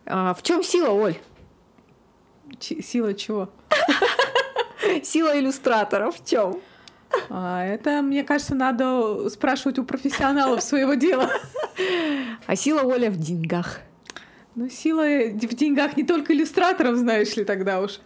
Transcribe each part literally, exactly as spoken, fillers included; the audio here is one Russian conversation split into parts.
А, в чем сила, Оль? Ч- сила чего? Сила иллюстратора в чем? А, это, мне кажется, надо спрашивать у профессионалов своего дела. А сила, Оля, в деньгах. Ну, сила в деньгах не только иллюстраторов, знаешь ли, тогда уж.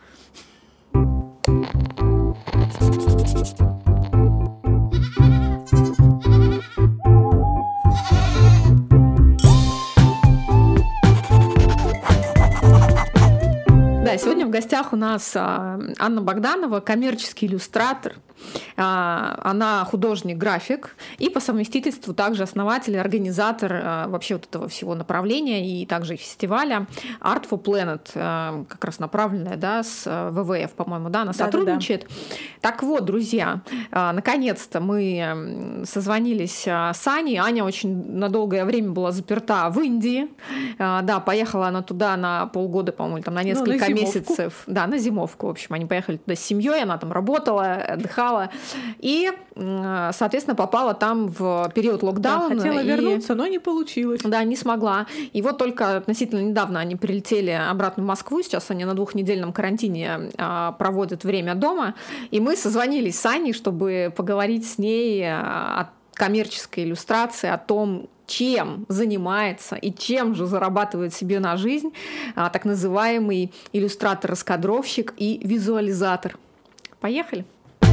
Да, сегодня в гостях у нас Анна Богданова, коммерческий иллюстратор. Она художник-график и по совместительству также основатель и организатор вообще вот этого всего направления и также и фестиваля Art for Planet, как раз направленная, да, с вэ вэ эф, по-моему, да, она сотрудничает. Да-да-да. Так вот, друзья, наконец-то мы созвонились с Аней. Аня очень на долгое время была заперта в Индии. Да, поехала она туда на полгода, по-моему, или там на несколько ну, на месяцев. Да, на зимовку. В общем, они поехали туда с семьей, она там работала, отдыхала. И, соответственно, попала там в период локдауна. Да, хотела и... вернуться, но не получилось. Да, не смогла. И вот только относительно недавно они прилетели обратно в Москву. Сейчас они на двухнедельном карантине проводят время дома. И мы созвонились с Аней, чтобы поговорить с ней о коммерческой иллюстрации, о том, чем занимается и чем же зарабатывает себе на жизнь так называемый иллюстратор-раскадровщик и визуализатор. Поехали!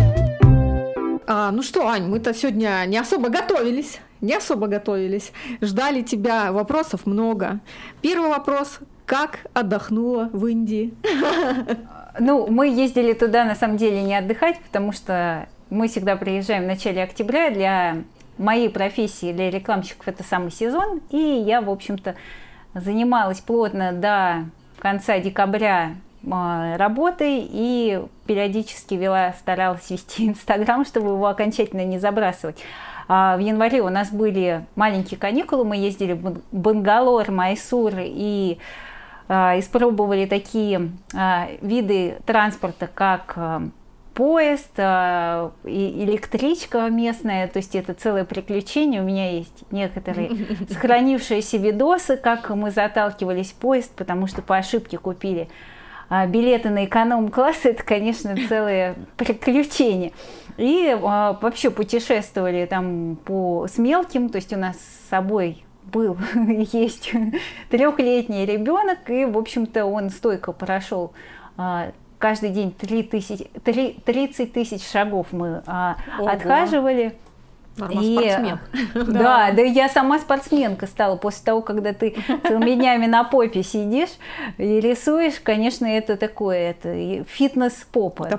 А, ну что, Ань, мы-то сегодня не особо готовились, не особо готовились. Ждали тебя, вопросов много. Первый вопрос. Как отдохнула в Индии? Ну, мы ездили туда, на самом деле, не отдыхать, потому что мы всегда приезжаем в начале октября. Для моей профессии, для рекламщиков, это самый сезон. И я, в общем-то, занималась плотно до конца декабря работой и периодически вела, старалась вести Инстаграм, чтобы его окончательно не забрасывать. А в январе у нас были маленькие каникулы, мы ездили в Бангалор, Майсур и а, испробовали такие а, виды транспорта, как а, поезд, а, и электричка местная, то есть это целое приключение. У меня есть некоторые сохранившиеся видосы, как мы заталкивались в поезд, потому что по ошибке купили билеты на эконом-класс. Это, конечно, целое приключение. И а, вообще путешествовали там по, с мелким, то есть у нас с собой был, есть трехлетний ребенок, и, в общем-то, он стойко прошел а, каждый день тридцать тысяч шагов мы а, отхаживали. И, спортсмен. Да, да, я сама спортсменка стала после того, когда ты целыми днями на попе сидишь и рисуешь, конечно, это такое, это фитнес-попа.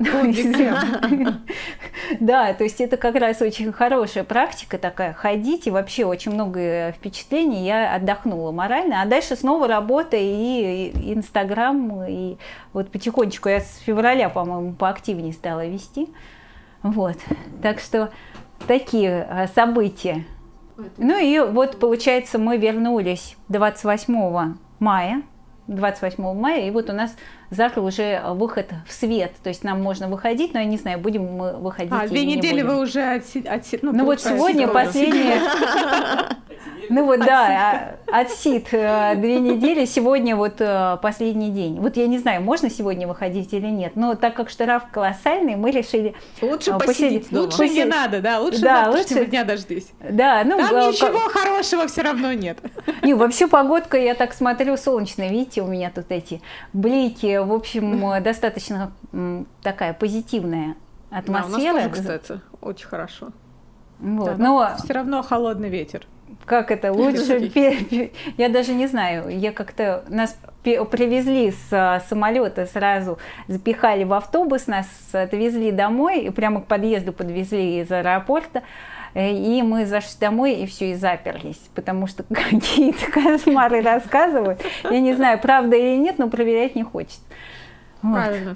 Да, то есть это как раз очень хорошая практика такая, ходить, и вообще очень много впечатлений, я отдохнула морально, а дальше снова работа и Инстаграм, и вот потихонечку я с февраля, по-моему, поактивнее стала вести, вот, так что такие события. Ну и вот, получается, мы вернулись двадцать восьмого мая, двадцать восьмого мая, и вот у нас завтра уже выход в свет, то есть нам можно выходить, но я не знаю, будем мы выходить а, или две не недели будем. Вы уже отси... отси... Ну, ну вот сегодня последняя... Ну вот, да, отсид две недели, сегодня вот последний день. Вот я не знаю, можно сегодня выходить или нет, но так как штраф колоссальный, мы решили... Лучше посидеть дома. Лучше не надо, да, лучше да, завтрашнего лучше... дня дождись. Да, ну, там а, ничего как... хорошего все равно нет. Не, вообще погодка, я так смотрю, солнечная, видите, у меня тут эти блики, в общем, достаточно такая позитивная атмосфера. Да, у нас тоже, кстати, очень хорошо. Вот, да, но все равно холодный ветер. Как это лучше? Я даже не знаю. Я как-то нас привезли с самолета сразу, запихали в автобус, нас отвезли домой, и прямо к подъезду подвезли из аэропорта. И мы зашли домой и все, и заперлись, потому что какие-то кошмары рассказывают. Я не знаю, правда или нет, но проверять не хочется. Вот. Правильно все.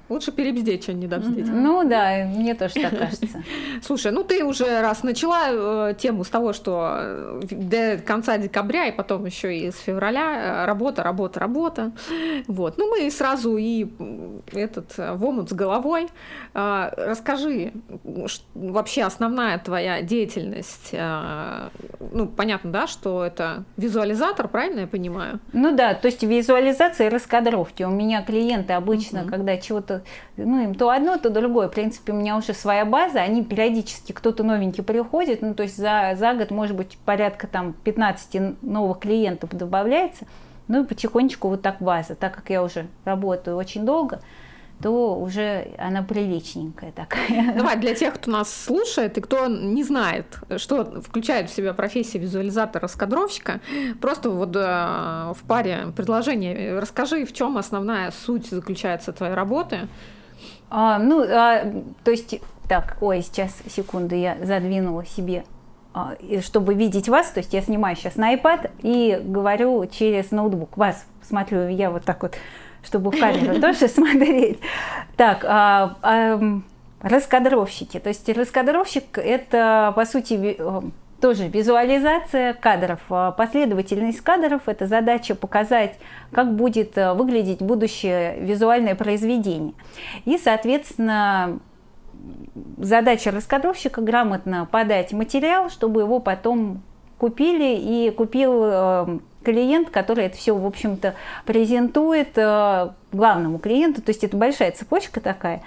Лучше перебздеть, чем недобздеть. Mm-hmm. Ну да, мне тоже так кажется. Слушай, ну ты уже раз начала э, тему с того, что до конца декабря и потом еще и с февраля работа, работа, работа. Вот. Ну мы сразу и этот в омут с головой. Э, расскажи, вообще основная твоя деятельность. Э, ну понятно, да, что это визуализатор, правильно я понимаю? Ну да, то есть визуализация и раскадровки. У меня клиенты обычно, mm-hmm. когда чего-то, ну им то одно, то другое. В принципе, у меня уже своя база, они периодически, кто-то новенький приходит, ну то есть за, за год, может быть, порядка там пятнадцать новых клиентов добавляется, ну и потихонечку вот так база. Так как я уже работаю очень долго, то уже она приличненькая такая. Давай, для тех, кто нас слушает и кто не знает, что включает в себя профессия визуализатора-раскадровщика, просто вот э, в паре предложений расскажи, в чем основная суть заключается твоей работы. А, ну, а, то есть, так, ой, сейчас, секунду, я задвинула себе, а, чтобы видеть вас, то есть я снимаю сейчас на iPad и говорю через ноутбук. Вас смотрю, я вот так вот, чтобы в камеру тоже смотреть. Так, а, а, раскадровщики. То есть раскадровщик – это, по сути, тоже визуализация кадров. Последовательность кадров – это задача показать, как будет выглядеть будущее визуальное произведение. И, соответственно, задача раскадровщика – грамотно подать материал, чтобы его потом купили, и купил клиент, который это все, в общем-то, презентует главному клиенту. То есть это большая цепочка такая.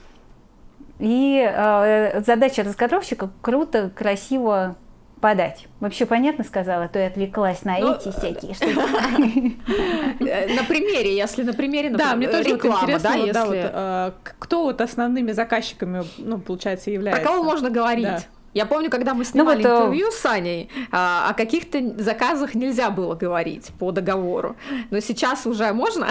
И э, задача раскадровщика круто, красиво подать. Вообще понятно сказала, то я отвлеклась на ну, эти всякие штуки. На примере, если на примере, да, мне тоже реклама, интересно, да, вот, если... да, вот, э, кто вот основными заказчиками, ну, получается, является. Про кого можно говорить? Да. Я помню, когда мы снимали ну, вот, интервью с Саней, о каких-то заказах нельзя было говорить по договору. Но сейчас уже можно?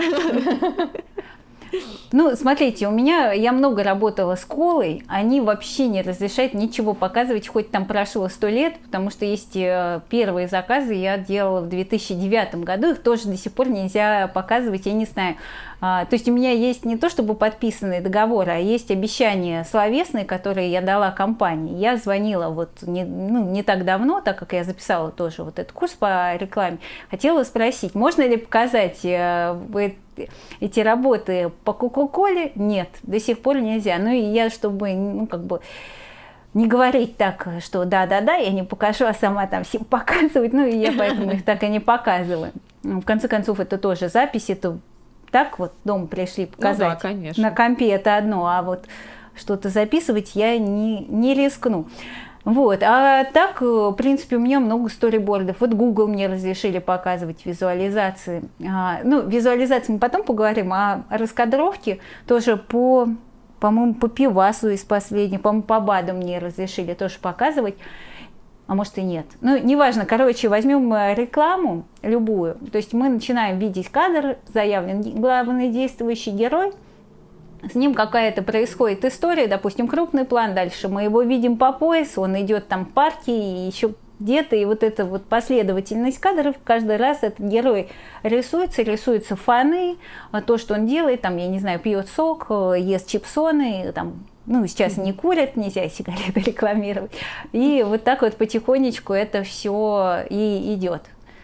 Ну, смотрите, у меня, я много работала с Колой, они вообще не разрешают ничего показывать, хоть там прошло сто лет, потому что есть первые заказы, я делала в две тысячи девятом году, их тоже до сих пор нельзя показывать, я не знаю. А, то есть у меня есть не то чтобы подписанные договоры, а есть обещания словесные, которые я дала компании. Я звонила вот не, ну, не так давно, так как я записала тоже вот этот курс по рекламе, хотела спросить, можно ли показать э, эти работы по Кока-Коле? Нет, до сих пор нельзя. Ну и я, чтобы, ну как бы, не говорить так, что да-да-да, я не покажу, а сама там всем показывать, ну и я поэтому их так и не показываю. В конце концов, это тоже запись, это так вот дома пришли показать. Ну да, конечно. На компе это одно, а вот что-то записывать я не, не рискну. Вот. А так, в принципе, у меня много сторибордов. Вот Google мне разрешили показывать визуализации. А, ну, визуализации мы потом поговорим, а раскадровки тоже по, по-моему, по Пивасу из последнего, по-моему, по БАДу мне разрешили тоже показывать. А может и нет. Ну, неважно, короче, возьмем рекламу любую. То есть мы начинаем видеть кадр, заявлен главный действующий герой, с ним какая-то происходит история, допустим, крупный план, дальше мы его видим по поясу, он идет там в парке и еще где-то, и вот эта вот последовательность кадров, каждый раз этот герой рисуется, рисуются фоны, то, что он делает, там, я не знаю, пьет сок, ест чипсоны, там, ну, сейчас не курят, нельзя сигареты рекламировать. И вот так вот потихонечку это все и идет.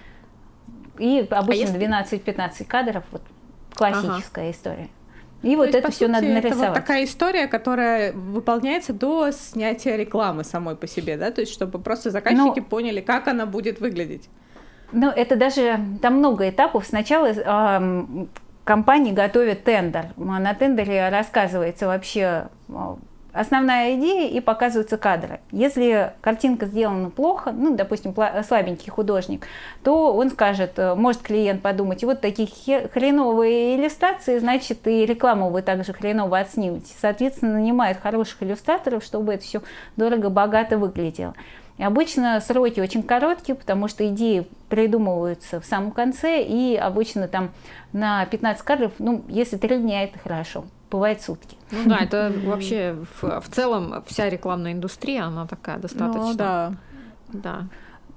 И обычно а если... двенадцать-пятнадцать кадров, вот классическая ага. история. И То вот есть, это все надо нарисовать. Это вот такая история, которая выполняется до снятия рекламы самой по себе, да? То есть, чтобы просто заказчики ну, поняли, как она будет выглядеть. Ну, это даже, там много этапов. Сначала э, компании готовят тендер. На тендере рассказывается вообще основная идея и показываются кадры. Если картинка сделана плохо, ну, допустим, слабенький художник, то он скажет, может клиент подумать, вот такие хреновые иллюстрации, значит, и рекламу вы также хреново отснимете. Соответственно, нанимают хороших иллюстраторов, чтобы это все дорого-богато выглядело. И обычно сроки очень короткие, потому что идеи придумываются в самом конце, и обычно там на пятнадцать кадров, ну, если три дня, это хорошо. Бывает сутки. Ну да, это вообще в, в целом вся рекламная индустрия, она такая достаточно. Ну, да. Да.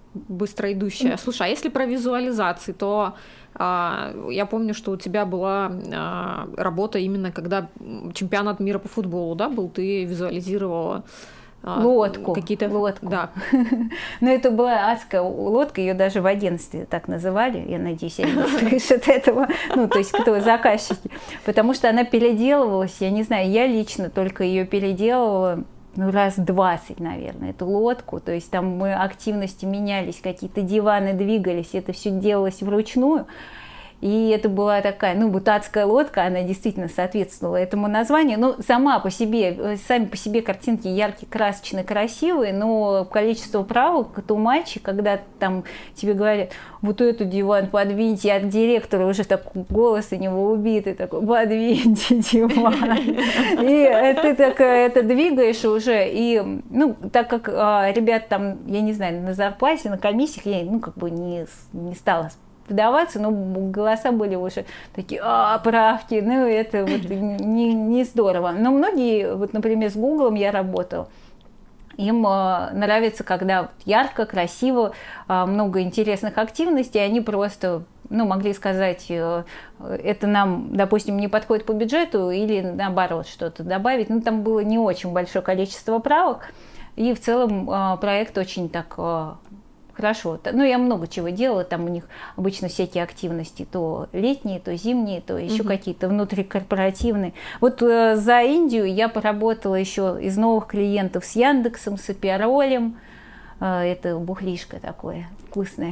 быстро идущая. Слушай, а если про визуализации, то а, я помню, что у тебя была а, работа именно когда чемпионат мира по футболу, да, был, ты визуализировала лодку. Какие-то... Лодку. Да. Но это была адская лодка, ее даже в агентстве так называли. Я надеюсь, они не слышат этого. Ну, то есть, кто заказчики. Потому что она переделывалась, я не знаю, я лично только ее переделывала ну, раз двадцать, наверное, эту лодку. То есть там мы активности менялись, какие-то диваны двигались, это все делалось вручную. И это была такая, ну, вот адская лодка, она действительно соответствовала этому названию. Ну, сама по себе, сами по себе картинки яркие, красочные, красивые, но количество правок, too much, когда там тебе говорят, вот этот диван подвиньте, а директор уже такой голос у него убитый, такой, подвиньте диван. И ты так это двигаешь уже, и, ну, так как а, ребят там, я не знаю, на зарплате, на комиссиях, я, ну, как бы не, не стала вдаваться, но голоса были уже такие, а, правки, ну, это вот не, не здорово. Но многие, вот, например, с Гуглом я работала, им э, нравится, когда вот ярко, красиво, э, много интересных активностей, они просто, ну, могли сказать, э, это нам, допустим, не подходит по бюджету, или наоборот что-то добавить. Ну, там было не очень большое количество правок, и в целом э, проект очень так... Э, Хорошо. Ну, я много чего делала. Там у них обычно всякие активности. То летние, то зимние, то еще угу. какие-то внутрикорпоративные. Вот э, за Индию я поработала еще из новых клиентов с Яндексом, с Аперолем. Э, это бухлишко такое вкусное.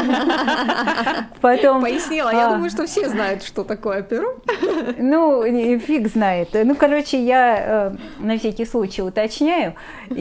Потом пояснила. Я думаю, что все знают, что такое Апероль. Ну, фиг знает. Ну, короче, я на всякий случай уточняю.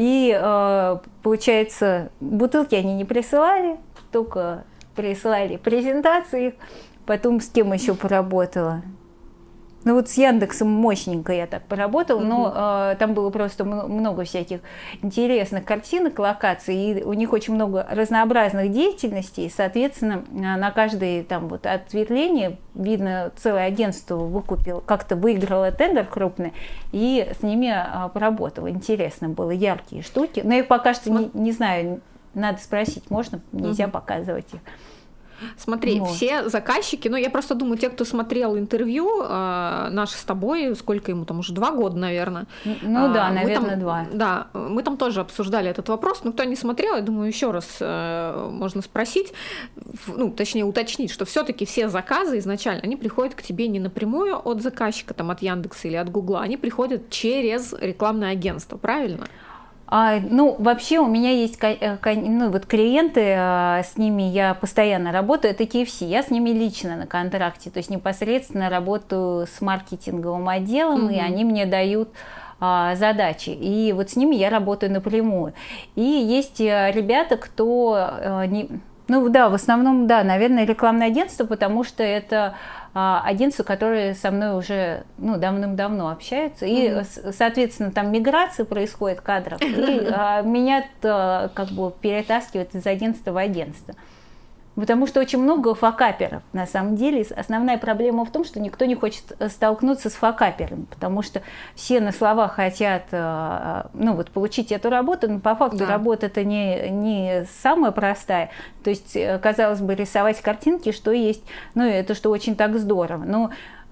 И получается, бутылки они не присылали, только присылали презентации. Потом с кем еще поработала? Ну вот с Яндексом мощненько я так поработала, mm-hmm. но э, там было просто много всяких интересных картинок, локаций, и у них очень много разнообразных деятельностей, соответственно, на каждое там вот ответвление, видно, целое агентство выкупил, как-то выиграло тендер крупный, и с ними э, поработала. Интересно было, яркие штуки, но я пока что не, не знаю, надо спросить, можно, нельзя mm-hmm. показывать их. Смотри, вот. Все заказчики, ну я просто думаю, те, кто смотрел интервью э, наши с тобой, сколько ему там, уже два года, наверное. Ну а, да, наверное, там, два. Да, мы там тоже обсуждали этот вопрос, но кто не смотрел, я думаю, еще раз э, можно спросить, ну точнее уточнить, что все-таки все заказы изначально, они приходят к тебе не напрямую от заказчика, там от Яндекса или от Гугла, они приходят через рекламное агентство, правильно? А, ну, вообще у меня есть ну, вот клиенты, а, с ними я постоянно работаю, это кей эф си, я с ними лично на контракте, то есть непосредственно работаю с маркетинговым отделом, mm-hmm. и они мне дают а, задачи, и вот с ними я работаю напрямую. И есть ребята, кто, а, не, ну да, в основном, да, наверное, рекламное агентство, потому что это агентства, которые со мной уже ну, давным-давно общаются, и, mm-hmm. соответственно, там миграция происходит кадров, и а, меня как бы перетаскивают из агентства в агентство. Потому что очень много факаперов, на самом деле. Основная проблема в том, что никто не хочет столкнуться с факапером, потому что все на словах хотят ну, вот, получить эту работу, но по факту да. работа это не, не самая простая. То есть, казалось бы, рисовать картинки, что есть, ну, это что очень так здорово. Но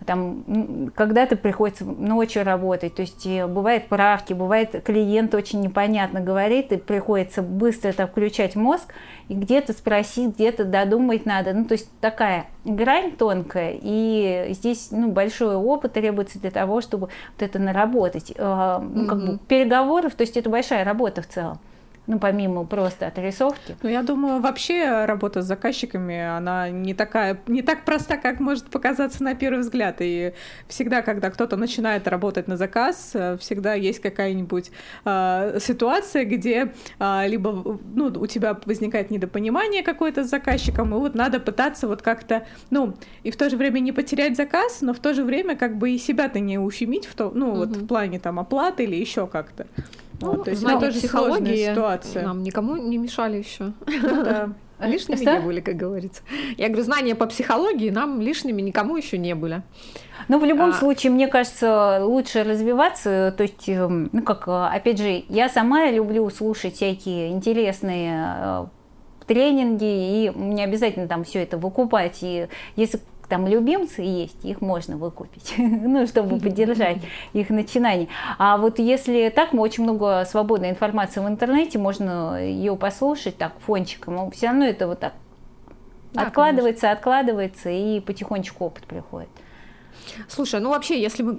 там когда-то приходится ночью работать, то есть бывают правки, бывает клиент очень непонятно говорит, и приходится быстро так включать мозг и где-то спросить, где-то додумать надо. Ну, то есть такая грань тонкая, и здесь ну, большой опыт требуется для того, чтобы вот это наработать. Ну, как бы переговоров, то есть это большая работа в целом. Ну, помимо просто отрисовки. Ну, я думаю, вообще работа с заказчиками, она не такая, не так проста, как может показаться на первый взгляд. И всегда, когда кто-то начинает работать на заказ, всегда есть какая-нибудь э, ситуация, где э, либо ну, у тебя возникает недопонимание какое-то с заказчиком, и вот надо пытаться вот как-то, ну, и в то же время не потерять заказ, но в то же время как бы и себя-то не ущемить в то, ну, угу. вот в плане там оплаты или еще как-то. Ну, вот, то есть это тоже сложная ситуация. Нам никому не мешали еще. Да. Лишними не были, как говорится. Я говорю, знания по психологии нам лишними никому еще не были. Ну, в любом а... случае, мне кажется, лучше развиваться. То есть, ну, как, опять же, я сама люблю слушать всякие интересные тренинги, и не обязательно там все это выкупать. И если там любимцы есть, их можно выкупить, ну, чтобы поддержать их начинание. А вот если так, очень много свободной информации в интернете, можно ее послушать так фончиком, все равно это вот так да, откладывается, конечно. откладывается, и потихонечку опыт приходит. Слушай, ну вообще, если мы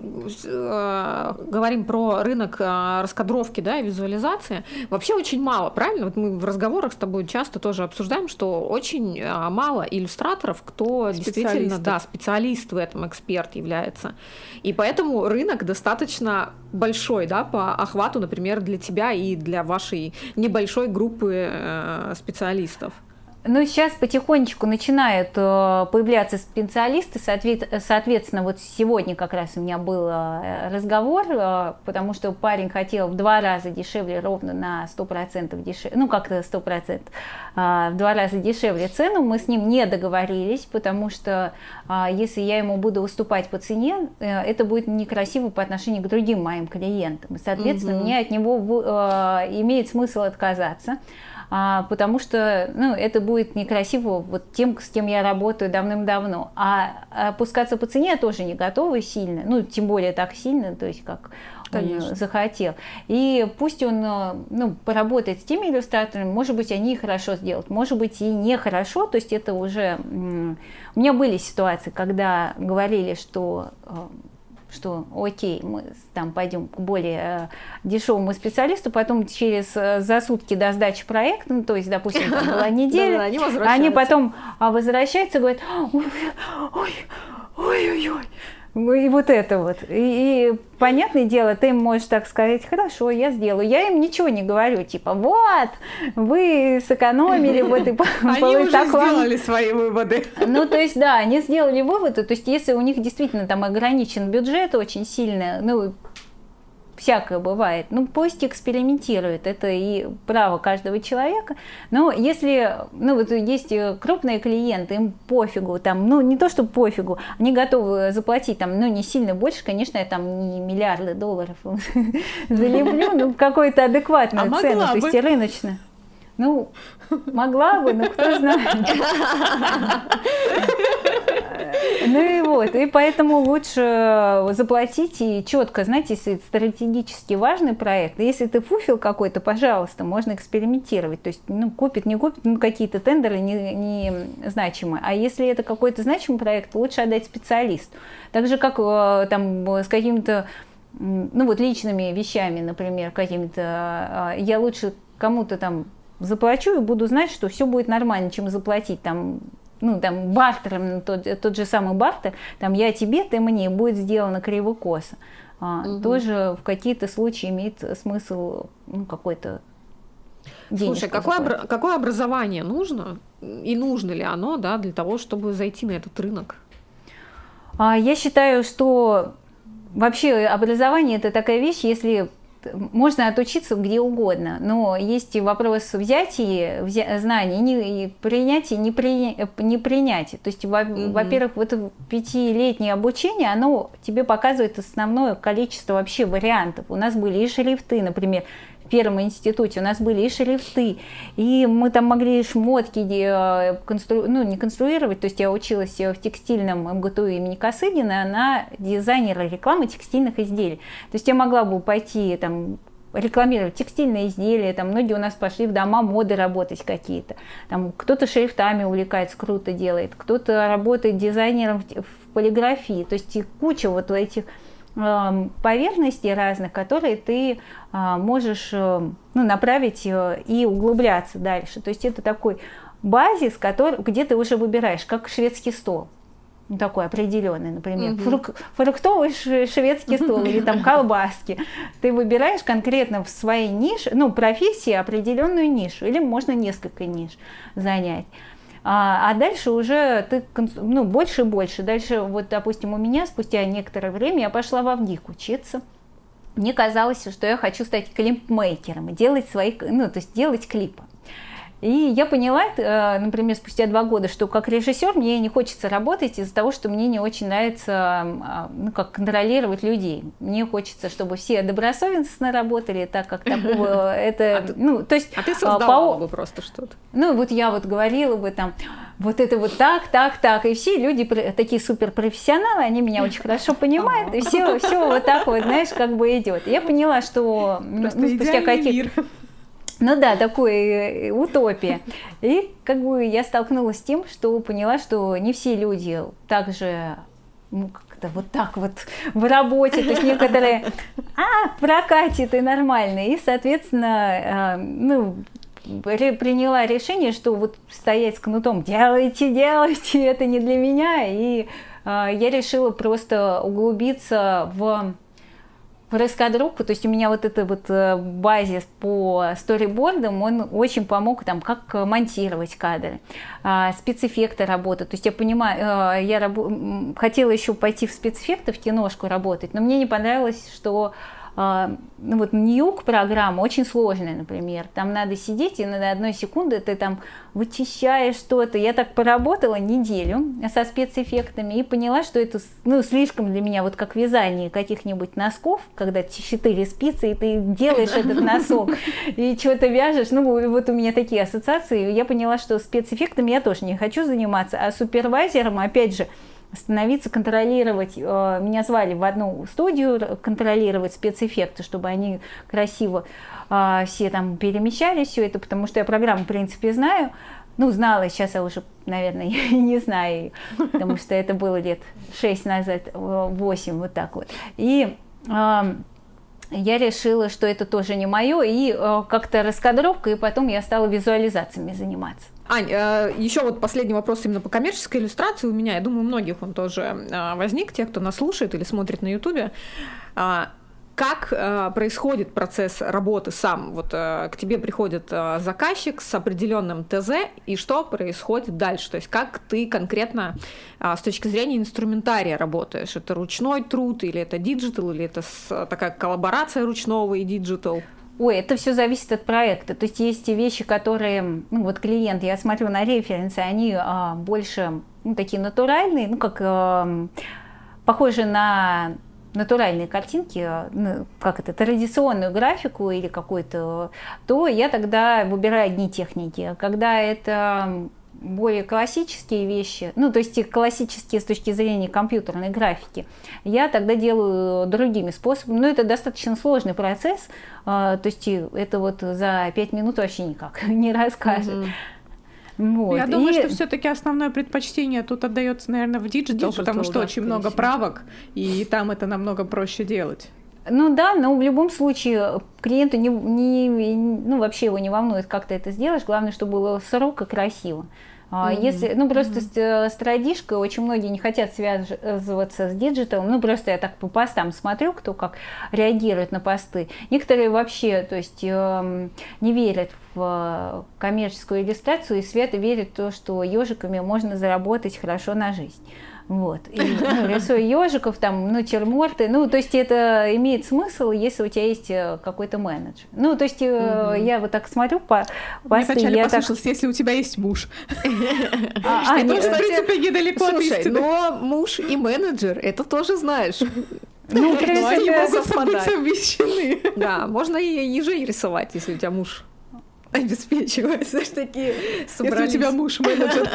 э, говорим про рынок э, раскадровки, да, и визуализации, вообще очень мало, правильно? Вот мы в разговорах с тобой часто тоже обсуждаем, что очень э, мало иллюстраторов, кто действительно, да, специалист в этом, эксперт является. И поэтому рынок достаточно большой, да, по охвату, например, для тебя и для вашей небольшой группы э, специалистов. Ну, сейчас потихонечку начинают э, появляться специалисты, соответ, соответственно, вот сегодня как раз у меня был э, разговор, э, потому что парень хотел в два раза дешевле, ровно на сто процентов дешевле, ну, как-то сто процентов, э, в два раза дешевле цену, мы с ним не договорились, потому что э, если я ему буду уступать по цене, э, это будет некрасиво по отношению к другим моим клиентам, и, соответственно, mm-hmm. мне от него э, имеет смысл отказаться. А, потому что ну, это будет некрасиво вот тем, с кем я работаю давным-давно. А опускаться по цене я тоже не готова сильно, ну, тем более так сильно, то есть как Конечно. Он захотел. И пусть он ну, поработает с теми иллюстраторами, может быть, они и хорошо сделают, может быть, и нехорошо, то есть это уже... У меня были ситуации, когда говорили, что... что окей, мы там пойдем к более э, дешевому специалисту, потом через э, за сутки до сдачи проекта, ну, то есть, допустим, там была неделя, они потом возвращаются и говорят, ой, ой, ой, ой, ой. И вот это вот. И, и понятное дело, ты им можешь так сказать, хорошо, я сделаю. Я им ничего не говорю, типа, вот, вы сэкономили, вот и они уже сделали свои выводы. Ну, то есть, да, они сделали выводы, то есть, если у них действительно там ограничен бюджет очень сильно, ну, всякое бывает. Ну, пусть экспериментирует, это и право каждого человека. Но если, ну, вот есть крупные клиенты, им пофигу, там, ну, не то, что пофигу, они готовы заплатить, там, ну, не сильно больше, конечно, я там не миллиарды долларов залеплю, ну, какую-то адекватную цену, то есть и рыночную. Ну, могла бы, но кто знает. Ну и вот, и поэтому лучше заплатить и четко, знаете, если это стратегически важный проект, если ты фуфел какой-то, пожалуйста, можно экспериментировать, то есть, ну, купит, не купит, ну, какие-то тендеры не, не значимые, а если это какой-то значимый проект, лучше отдать специалисту. Так же, как там с какими-то, ну, вот личными вещами, например, какими-то, я лучше кому-то там заплачу и буду знать, что все будет нормально, чем заплатить там, ну, там, бартером, тот, тот же самый бартер, там, я тебе, ты мне, будет сделано криво-косо. А, угу. Тоже в какие-то случаи имеет смысл, ну, какой-то денежку. Слушай, какое, обра- какое образование нужно, и нужно ли оно, да, для того, чтобы зайти на этот рынок? А, я считаю, что вообще образование – это такая вещь, если... Можно отучиться где угодно, но есть вопрос взятия взя- знаний не, и принятия, не, при, не принятия. То есть, во- mm-hmm. во-первых, вот это пятилетнее обучение, оно тебе показывает основное количество вообще вариантов. У нас были и шрифты, например, в первом институте у нас были и шрифты, и мы там могли шмотки констру... ну, не конструировать, то есть я училась в текстильном эм гэ тэ у имени Косыгина на дизайнера рекламы текстильных изделий. То есть я могла бы пойти там рекламировать текстильные изделия, там многие у нас пошли в дома моды работать какие-то, там кто-то шрифтами увлекается, круто делает, кто-то работает дизайнером в, в полиграфии, то есть и куча вот этих поверхностей разных, которые ты а, можешь ну, направить и углубляться дальше. То есть это такой базис, который, где ты уже выбираешь, как шведский стол. Ну, такой определенный, например, mm-hmm. фрук, фруктовый шведский стол или там колбаски. Ты выбираешь конкретно в своей нише, ну, профессии определенную нишу, или можно несколько ниш занять. А дальше уже ты, ну, больше и больше. Дальше, вот, допустим, у меня спустя некоторое время я пошла в Авгик учиться. Мне казалось, что я хочу стать клипмейкером и делать свои, ну, то есть делать клипы. И я поняла, например, спустя два года, что как режиссер мне не хочется работать из-за того, что мне не очень нравится, ну, как контролировать людей. Мне хочется, чтобы все добросовестно работали, так как такого это, а ну, то есть... А ты создавала по... бы просто что-то. Ну, вот я вот говорила бы там, вот это вот так, так, так, и все люди такие суперпрофессионалы, они меня очень хорошо понимают, и все, все вот так вот, знаешь, как бы идет. Я поняла, что ну, спустя каких-то... Ну да, такой утопия. И как бы я столкнулась с тем, что поняла, что не все люди так же, ну, как-то вот так вот в работе, то есть некоторые, а, прокатит и нормально. И, соответственно, ну, приняла решение, что вот стоять с кнутом, делайте, делайте, это не для меня. И я решила просто углубиться в... в раскадровку, то есть у меня вот это вот базис по сторибордам, он очень помог там, как монтировать кадры, спецэффекты работать. То есть я понимаю, я раб- хотела еще пойти в спецэффекты, в киношку работать, но мне не понравилось, что ну вот Ньюк программа очень сложная, например, там надо сидеть, и на одной секунды ты там вычищаешь что-то. Я так поработала неделю со спецэффектами и поняла, что это, ну, слишком для меня, вот как вязание каких-нибудь носков, когда четыре спицы, и ты делаешь этот носок, и что-то вяжешь. Ну, вот у меня такие ассоциации. Я поняла, что спецэффектами я тоже не хочу заниматься, а супервайзером, опять же, становиться, контролировать. Меня звали в одну студию контролировать спецэффекты, чтобы они красиво все там перемещались, все это, потому что я программу, в принципе, знаю. Ну, знала, сейчас я уже, наверное, не знаю, потому что это было лет шесть назад, восемь, вот так вот. И я решила, что это тоже не мое, и как-то раскадровка, и потом я стала визуализациями заниматься. Ань, еще вот последний вопрос именно по коммерческой иллюстрации у меня. Я думаю, у многих он тоже возник, те, кто нас слушает или смотрит на Ютубе. Как происходит процесс работы сам? Вот к тебе приходит заказчик с определенным ТЗ, и что происходит дальше? То есть как ты конкретно с точки зрения инструментария работаешь? Это ручной труд, или это диджитал, или это такая коллаборация ручного и диджитал? Ой, это все зависит от проекта. То есть есть вещи, которые, ну вот клиент, я смотрю на референсы, они а, больше, ну, такие натуральные, ну как а, похожи на натуральные картинки, ну, как это, традиционную графику или какую-то, то я тогда выбираю одни техники. Когда это более классические вещи, ну, то есть классические с точки зрения компьютерной графики, я тогда делаю другими способами. Но это достаточно сложный процесс, то есть это вот за пять минут вообще никак не расскажет. Mm-hmm. Вот. Я думаю, и... что все-таки основное предпочтение тут отдается, наверное, в диджитал, потому что да, очень много правок, и там это намного проще делать. Ну да, но в любом случае клиенту не, не, ну, вообще его не волнует, как ты это сделаешь, главное, чтобы было срок и красиво. Mm-hmm. Если, ну, просто mm-hmm. с страдишкой, очень многие не хотят связываться с диджиталом, ну, просто я так по постам смотрю, кто как реагирует на посты. Некоторые вообще, то есть, э, не верят в коммерческую иллюстрацию и свято верят в то, что ежиками можно заработать хорошо на жизнь. Вот. И, ну, рисую ежиков, там, натюрморты. Ну, то есть это имеет смысл, если у тебя есть какой-то менеджер. Ну, то есть угу. я вот так смотрю по посты. Мне вначале я послушалось, так... если у тебя есть муж. Что тоже, в принципе, недалеко от истины. Но муж и менеджер, это тоже знаешь. Ну, в принципе, они могут быть совмещены. Да, можно и ежей рисовать, если у тебя муж обеспечивает. Такие если у тебя муж менеджер.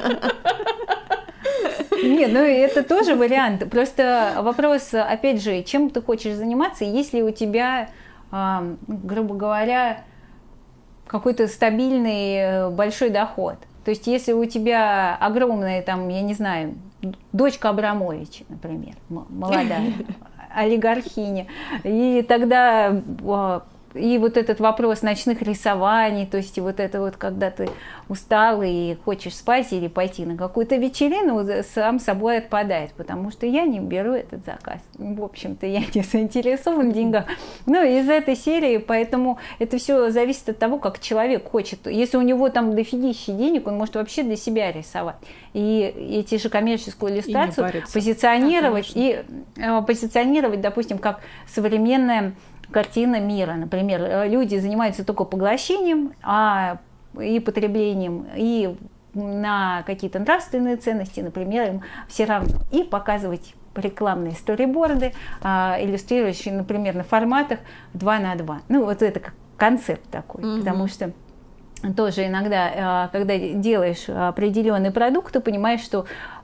Нет, ну это тоже вариант. Просто вопрос, опять же, чем ты хочешь заниматься, если у тебя, грубо говоря, какой-то стабильный большой доход. То есть если у тебя огромная, там, я не знаю, дочка Абрамовича, например, молодая, олигархиня, и тогда... И вот этот вопрос ночных рисований, то есть вот это вот, когда ты устал и хочешь спать или пойти на какую-то вечерину, сам собой отпадает, потому что я не беру этот заказ. В общем-то, я не заинтересован в деньгах. Ну, из этой серии, поэтому это все зависит от того, как человек хочет. Если у него там дофигища денег, он может вообще для себя рисовать. И эти же коммерческую иллюстрацию позиционировать, и э, позиционировать, допустим, как современная картина мира. Например, люди занимаются только поглощением, а и потреблением, и на какие-то нравственные ценности, например, им все равно. И показывать рекламные сториборды, иллюстрирующие, например, на форматах два на два. Ну, вот это как концепт такой, mm-hmm. потому что тоже иногда, когда делаешь определенный продукт, ты понимаешь, что,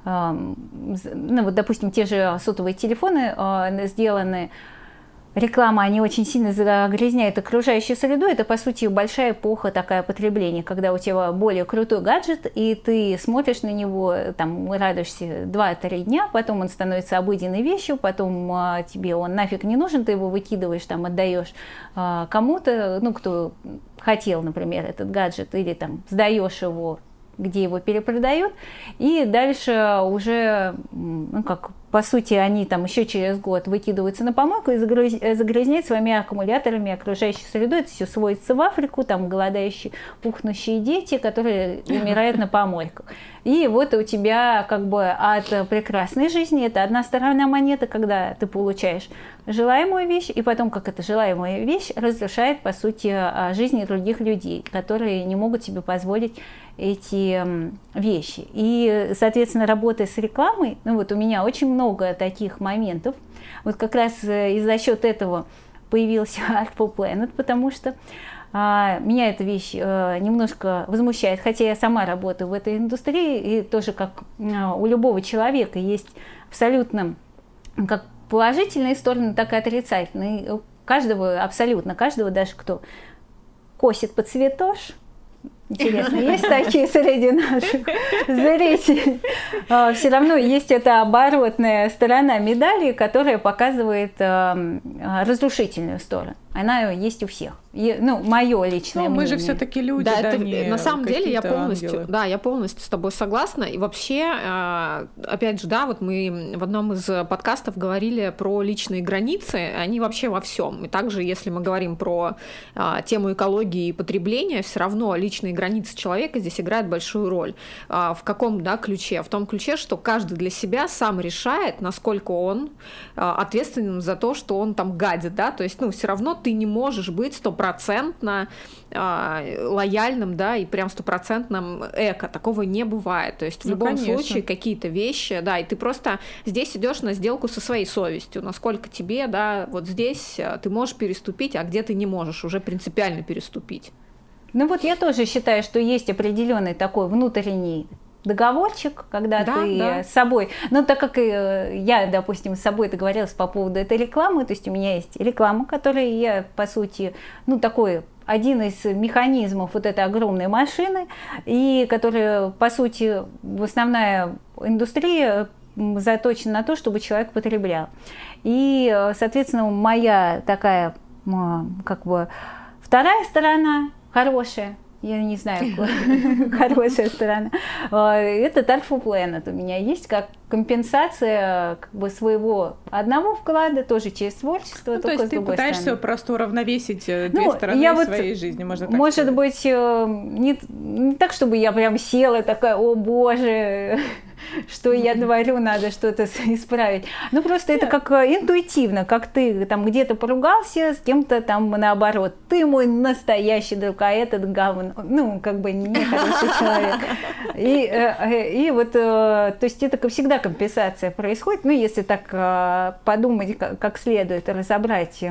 ну, вот, допустим, те же сотовые телефоны сделаны, реклама, они очень сильно загрязняют окружающую среду. Это, по сути, большая эпоха такая потребления, когда у тебя более крутой гаджет, и ты смотришь на него, там, радуешься два-три дня, потом он становится обыденной вещью, потом а, тебе он нафиг не нужен, ты его выкидываешь, там, отдаешь а, кому-то, ну, кто хотел, например, этот гаджет, или там сдаешь его, где его перепродают, и дальше уже, ну, как, по сути, они там еще через год выкидываются на помойку и загрязняют своими аккумуляторами окружающую среду. Это все сводится в Африку, там голодающие, пухнущие дети, которые умирают на помойках. И вот у тебя как бы от прекрасной жизни, это одна сторона монеты, когда ты получаешь желаемую вещь, и потом, как эта желаемая вещь разрушает, по сути, жизни других людей, которые не могут себе позволить эти вещи. И, соответственно, работая с рекламой, ну вот у меня очень много таких моментов. Вот как раз и за счет этого появился Artful Planet, потому что а, меня эта вещь а, немножко возмущает, хотя я сама работаю в этой индустрии, и тоже как а, у любого человека есть абсолютно как положительные стороны, так и отрицательные. У каждого, абсолютно каждого, даже кто косит под цветош, интересно, есть такие среди наших зрителей. Все равно есть эта оборотная сторона медали, которая показывает разрушительную сторону. Она есть у всех. И, ну, мое личное ну, мнение. Мы же все-таки люди, да, да, это, не на самом деле я полностью, ангелы. да, я полностью с тобой согласна. И вообще, опять же, да, вот мы в одном из подкастов говорили про личные границы, они вообще во всем. И также, если мы говорим про тему экологии и потребления, все равно личные границы человека здесь играют большую роль. В каком, да, ключе? В том ключе, что каждый для себя сам решает, насколько он ответственен за то, что он там гадит, да, то есть, ну, все равно ты не можешь быть стопроцентно э, лояльным, да, и прям стопроцентным эко. Такого не бывает. То есть в ну, любом конечно. случае какие-то вещи, да, и ты просто здесь идешь на сделку со своей совестью, насколько тебе, да, вот здесь ты можешь переступить, а где ты не можешь уже принципиально переступить. Ну вот я тоже считаю, что есть определенный такой внутренний договорчик, когда да, ты да. с собой, ну так как я, допустим, с собой договорилась по поводу этой рекламы, то есть у меня есть реклама, которая я, по сути, ну такой один из механизмов вот этой огромной машины, и которая, по сути, основная индустрия заточена на то, чтобы человек потреблял. И, соответственно, моя такая, как бы, вторая сторона хорошая, я не знаю, хорошая сторона. Это Artful Planet у меня есть как компенсация как бы своего одного вклада, тоже через творчество. Ну, то есть ты пытаешься стороны. просто уравновесить две ну, стороны я своей вот, жизни, можно так может сказать. быть, не, не так, чтобы я прям села такая, о боже, что я творю, надо что-то исправить. Ну, просто это как интуитивно, как ты там где-то поругался с кем-то там наоборот. Ты мой настоящий друг, а этот говно. Ну, как бы не хороший человек. И, и вот, то есть это всегда компенсация происходит. Ну, если так подумать как следует, разобрать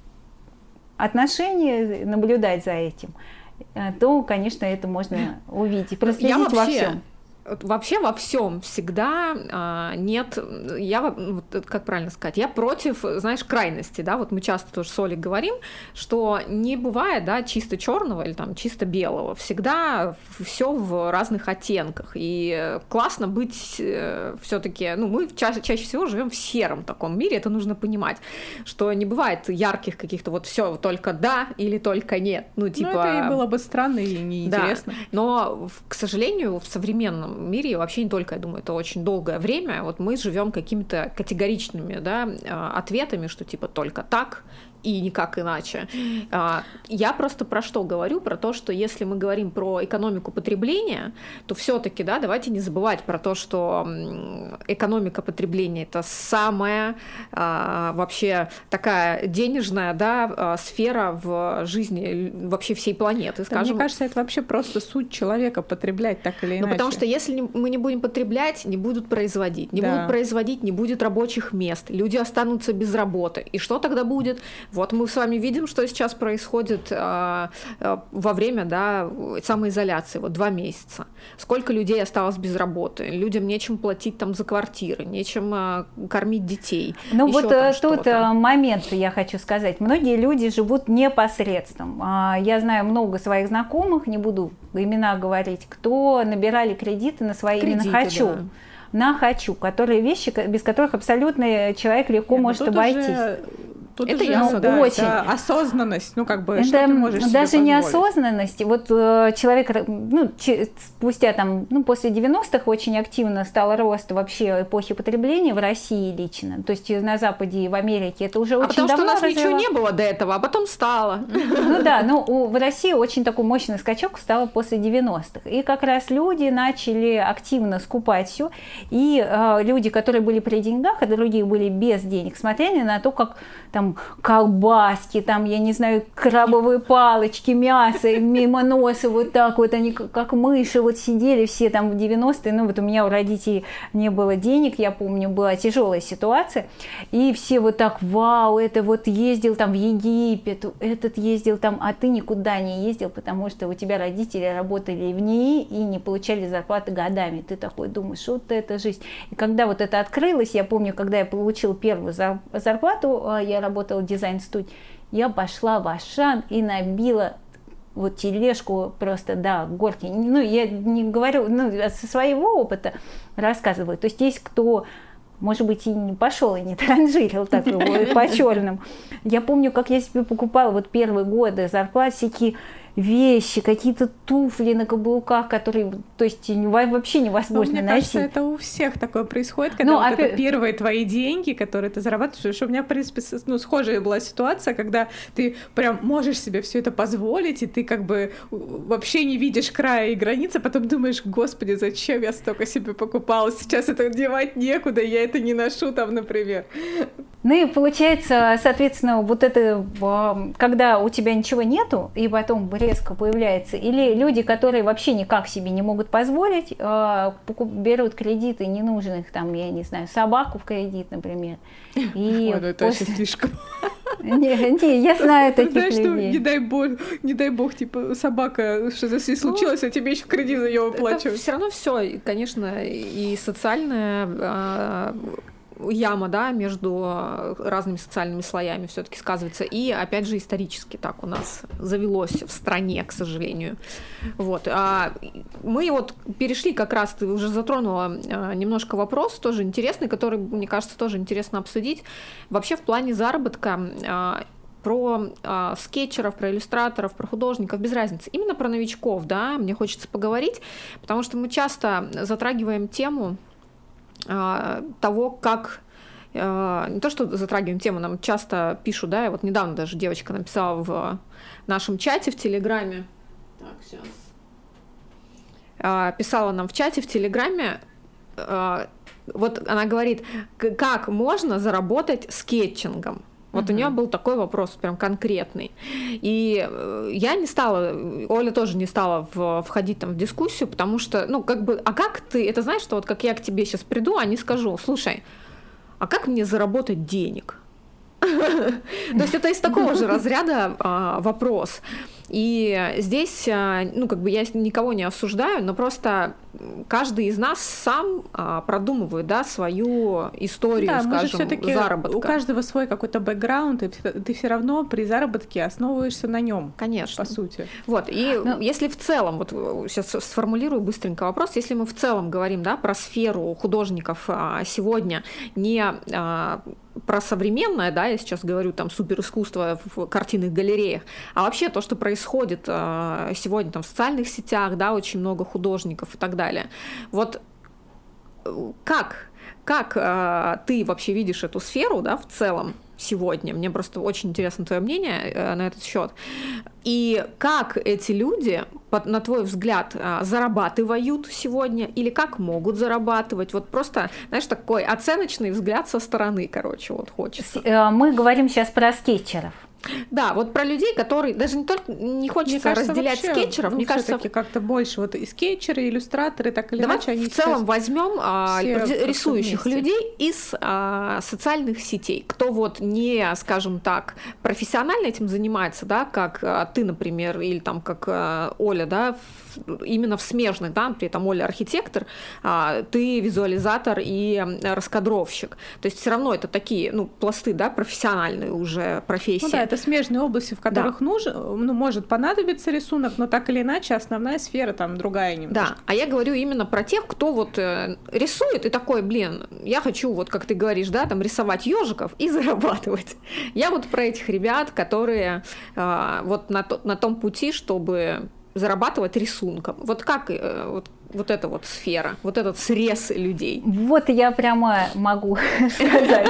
отношения, наблюдать за этим, то, конечно, это можно увидеть, проследить во всем. Вообще во всем всегда а, нет, я, вот, как правильно сказать, я против, знаешь, крайности, да, вот мы часто тоже с Олей говорим, что не бывает, да, чисто черного или там чисто белого, всегда все в разных оттенках, и классно быть все-таки, ну, мы чаще, чаще всего живем в сером таком мире, это нужно понимать, что не бывает ярких каких-то вот все только да или только нет, ну, типа... Ну, это и было бы странно и неинтересно. Да, но, к сожалению, в современном мире, вообще не только, я думаю, это очень долгое время, вот мы живем какими-то категоричными, да, ответами, что типа только так и никак иначе. Я просто про что говорю? Про то, что если мы говорим про экономику потребления, то все-таки, да, давайте не забывать про то, что экономика потребления — это самая вообще такая денежная, да, сфера в жизни вообще всей планеты, скажем. Мне кажется, это вообще просто суть человека — потреблять так или иначе. Ну, потому что если мы не будем потреблять, не будут производить. Не да. будут производить, не будет рабочих мест. Люди останутся без работы. И что тогда будет? Вот мы с вами видим, что сейчас происходит а, а, во время, да, самоизоляции. Вот два месяца. Сколько людей осталось без работы? Людям нечем платить там за квартиры, нечем а, кормить детей. Ну вот тут момент я хочу сказать. Многие люди живут непосредством. Я знаю много своих знакомых, не буду имена говорить, кто набирали кредиты на свои кредиты, именно «хочу». Да. На «хочу», которые вещи, без которых абсолютно человек легко Нет, может обойтись. Уже... Тут это уже, ясно, да, очень. Это осознанность, ну как бы, это что ты можешь себе даже позволить? Не осознанность. Вот э, человек, ну, ч- спустя там, ну, после девяностых очень активно стал рост вообще эпохи потребления в России лично. То есть на Западе и в Америке это уже а очень потому давно что у нас развивалось. ничего не было до этого, а потом стало. Ну да, ну в России очень такой мощный скачок стал после девяностых. И как раз люди начали активно скупать все. И э, люди, которые были при деньгах, а другие были без денег, смотрели на то, как там колбаски, там, я не знаю, крабовые палочки, мясо, мимо носа вот так вот, они как мыши вот сидели все там в девяностые, ну вот у меня у родителей не было денег, я помню, была тяжелая ситуация, и все вот так, вау, это вот ездил там в Египет, этот ездил там, а ты никуда не ездил, потому что у тебя родители работали в НИИ и не получали зарплаты годами, ты такой думаешь, вот это жизнь. И когда вот это открылось, я помню, когда я получил первую зарплату, я работала в дизайн-студии, я пошла в Ашан и набила вот тележку просто, да, горки. Ну, я не говорю, ну, со своего опыта рассказываю. То есть есть кто, может быть, и не пошел, и не транжирил так по-черному. Я помню, как я себе покупала вот первые годы зарплат, всякие вещи, какие-то туфли на каблуках, которые, то есть, вообще невозможно мне носить. Мне кажется, это у всех такое происходит, когда ну, вот опять... это первые твои деньги, которые ты зарабатываешь. У меня, в принципе, ну, схожая была ситуация, когда ты прям можешь себе все это позволить, и ты как бы вообще не видишь края и границы, а потом думаешь, господи, зачем я столько себе покупала, сейчас это девать некуда, я это не ношу там, например. Ну и получается, соответственно, вот это, когда у тебя ничего нету, и потом резко появляется, или люди, которые вообще никак себе не могут позволить, берут кредиты ненужных, там, я не знаю, собаку в кредит, например. И Ой, ну это после... вообще слишком. Не, не, я знаю таких Знаешь, людей. Что, не дай бог, не дай бог, типа, собака, что-то с ней случилось, а тебе еще в кредит за нее выплачивают. Все равно все, конечно, и социальная яма, да, между разными социальными слоями все-таки сказывается. И, опять же, исторически так у нас завелось в стране, к сожалению. Вот. А мы вот перешли как раз, ты уже затронула немножко вопрос, тоже интересный, который, мне кажется, тоже интересно обсудить. Вообще в плане заработка про э, скетчеров, про иллюстраторов, про художников, без разницы. Именно про новичков, да, мне хочется поговорить, потому что мы часто затрагиваем тему того, как не то, что затрагиваем тему, нам часто пишут, да, и вот недавно даже девочка написала в нашем чате в Телеграме, так, сейчас, писала нам в чате в Телеграме, вот она говорит, как можно заработать скетчингом. Вот uh-huh. у нее был такой вопрос, прям конкретный. И я не стала, Оля тоже не стала в, входить там в дискуссию, потому что, ну, как бы, а как ты, это знаешь, что вот как я к тебе сейчас приду, а не скажу, слушай, а как мне заработать денег? То есть это из такого же разряда вопрос. И здесь, ну, как бы я никого не осуждаю, но просто каждый из нас сам продумывает, да, свою историю, да, скажем, заработка. У каждого свой какой-то бэкграунд, и ты все равно при заработке основываешься на нем. Конечно. По сути. Вот, и ну, если в целом, вот сейчас сформулирую быстренько вопрос, если мы в целом говорим, да, про сферу художников сегодня, не про современное, да, я сейчас говорю там суперискусство в картинных галереях, а вообще то, что происходит сегодня там в социальных сетях, да, очень много художников и так далее. Вот как? как э, ты вообще видишь эту сферу, да, в целом сегодня? Мне просто очень интересно твое мнение э, на этот счет. И как эти люди, под, на твой взгляд, э, зарабатывают сегодня или как могут зарабатывать? Вот просто, знаешь, такой оценочный взгляд со стороны, короче, вот хочется. Мы говорим сейчас про скетчеров. Да, вот про людей, которые даже не только не хочется кажется, разделять вообще, скетчеров, ну, мне кажется, как-то больше вот и скетчеры, и иллюстраторы, так или давай иначе они в целом возьмем а, рисующих людей из а, социальных сетей, кто вот не, скажем так, профессионально этим занимается, да, как а, ты, например, или там как а, Оля, да, в, именно в смежных, да, при этом Оля архитектор, а, ты визуализатор и раскадровщик, то есть все равно это такие, ну, пласты, да, профессиональные уже профессии. Ну, да, это смежные области, в которых да. нужен, ну, может понадобиться рисунок, но так или иначе основная сфера там другая немножко. Да, а я говорю именно про тех, кто вот э, рисует и такой, блин, я хочу, вот как ты говоришь, да, там рисовать ежиков и зарабатывать. Я вот про этих ребят, которые э, вот на, то, на том пути, чтобы зарабатывать рисунком. Вот как э, вот, вот эта вот сфера, вот этот срез людей? Вот я прямо могу сказать.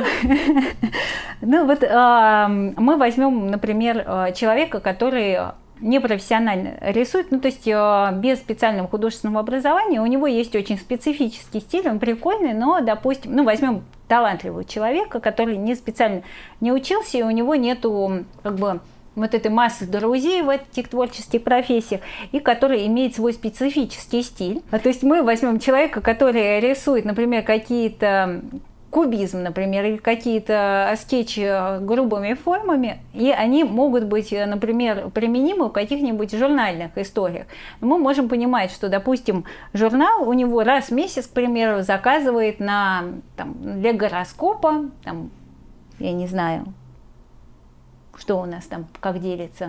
Ну вот мы возьмем, например, человека, который непрофессионально рисует, ну то есть без специального художественного образования, у него есть очень специфический стиль, он прикольный, но, допустим, ну возьмем талантливого человека, который не специально не учился, и у него нету как бы вот этой массы друзей в этих творческих профессиях, и который имеет свой специфический стиль. А, то есть мы возьмем человека, который рисует, например, какие-то кубизм, например, или какие-то скетчи грубыми формами, и они могут быть, например, применимы в каких-нибудь журнальных историях. Мы можем понимать, что, допустим, журнал у него раз в месяц, к примеру, заказывает на, там, для гороскопа, там, я не знаю, что у нас там, как делится,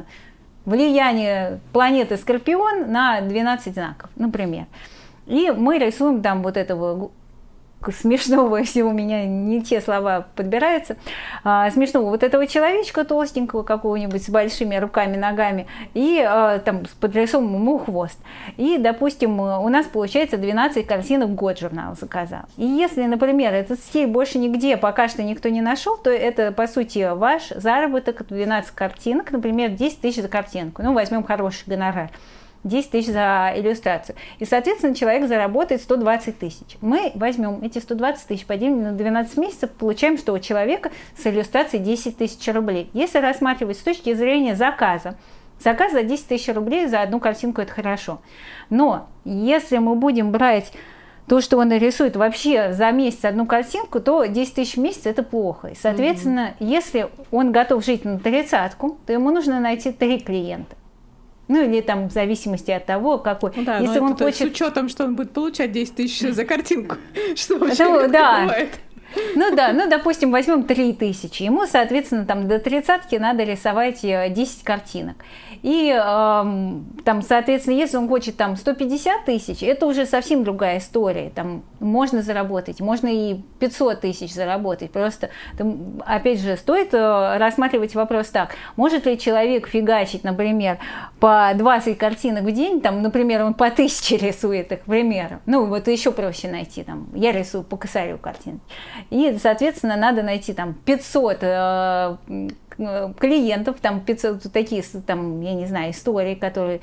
влияние планеты Скорпион на двенадцать знаков, например. И мы рисуем там вот этого смешного, если у меня не те слова подбираются, а, смешного вот этого человечка толстенького какого-нибудь с большими руками, ногами, и а, там подрисован ему хвост. И, допустим, у нас получается двенадцать картинок в год журнал заказал. И если, например, этот стиль больше нигде пока что никто не нашел, то это, по сути, ваш заработок двенадцать картинок, например, десять тысяч за картинку. Ну, возьмем хороший гонорар. десять тысяч за иллюстрацию. И, соответственно, человек заработает сто двадцать тысяч. Мы возьмем эти сто двадцать тысяч, поделим на двенадцать месяцев, получаем, что у человека с иллюстрацией десять тысяч рублей. Если рассматривать с точки зрения заказа, заказ за десять тысяч рублей за одну картинку – это хорошо. Но если мы будем брать то, что он рисует вообще за месяц одну картинку, то десять тысяч в месяц – это плохо. И, соответственно, mm-hmm. если он готов жить на тридцатку, то ему нужно найти три клиента. Ну, или там в зависимости от того, какой. Ну, да, если он хочет... С учетом, что он будет получать десять тысяч за картинку, что вообще ну, да. бывает. Ну да, ну, допустим, возьмем три тысячи. Ему, соответственно, там до тридцатки надо рисовать десять картинок. И э, там, соответственно, если он хочет там сто пятьдесят тысяч, это уже совсем другая история. Там можно заработать, можно и пятьсот тысяч заработать. Просто, там, опять же, стоит э, рассматривать вопрос так. Может ли человек фигачить, например, по двадцать картинок в день, там, например, он по тысяче рисует их, к примеру. Ну, вот еще проще найти. Там, я рисую по косарю картинки. И, соответственно, надо найти там пятьсот э, клиентов, там пятьсот такие, там, я не знаю, истории, которые...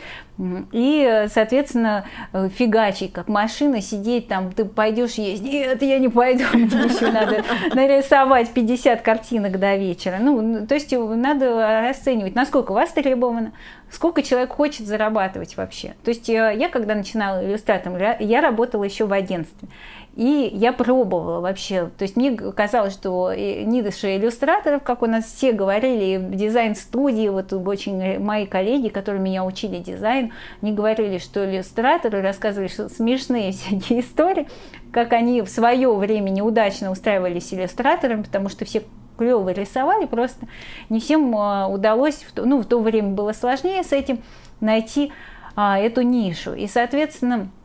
И, соответственно, фигачить, как машина, сидеть там, ты пойдешь есть, нет, я не пойду, мне еще надо нарисовать пятьдесят картинок до вечера. Ну, то есть надо расценивать, насколько востребовано, сколько человек хочет зарабатывать вообще. То есть я, когда начинала иллюстратором, я работала еще в агентстве. И я пробовала вообще, то есть мне казалось, что нидыши иллюстраторов, как у нас все говорили, в дизайн-студии, вот очень мои коллеги, которые меня учили дизайн, они говорили, что иллюстраторы рассказывали, что смешные всякие истории, как они в свое время неудачно устраивались иллюстраторами, потому что все клево рисовали, просто не всем удалось, ну в то время было сложнее с этим найти а, эту нишу. И, соответственно,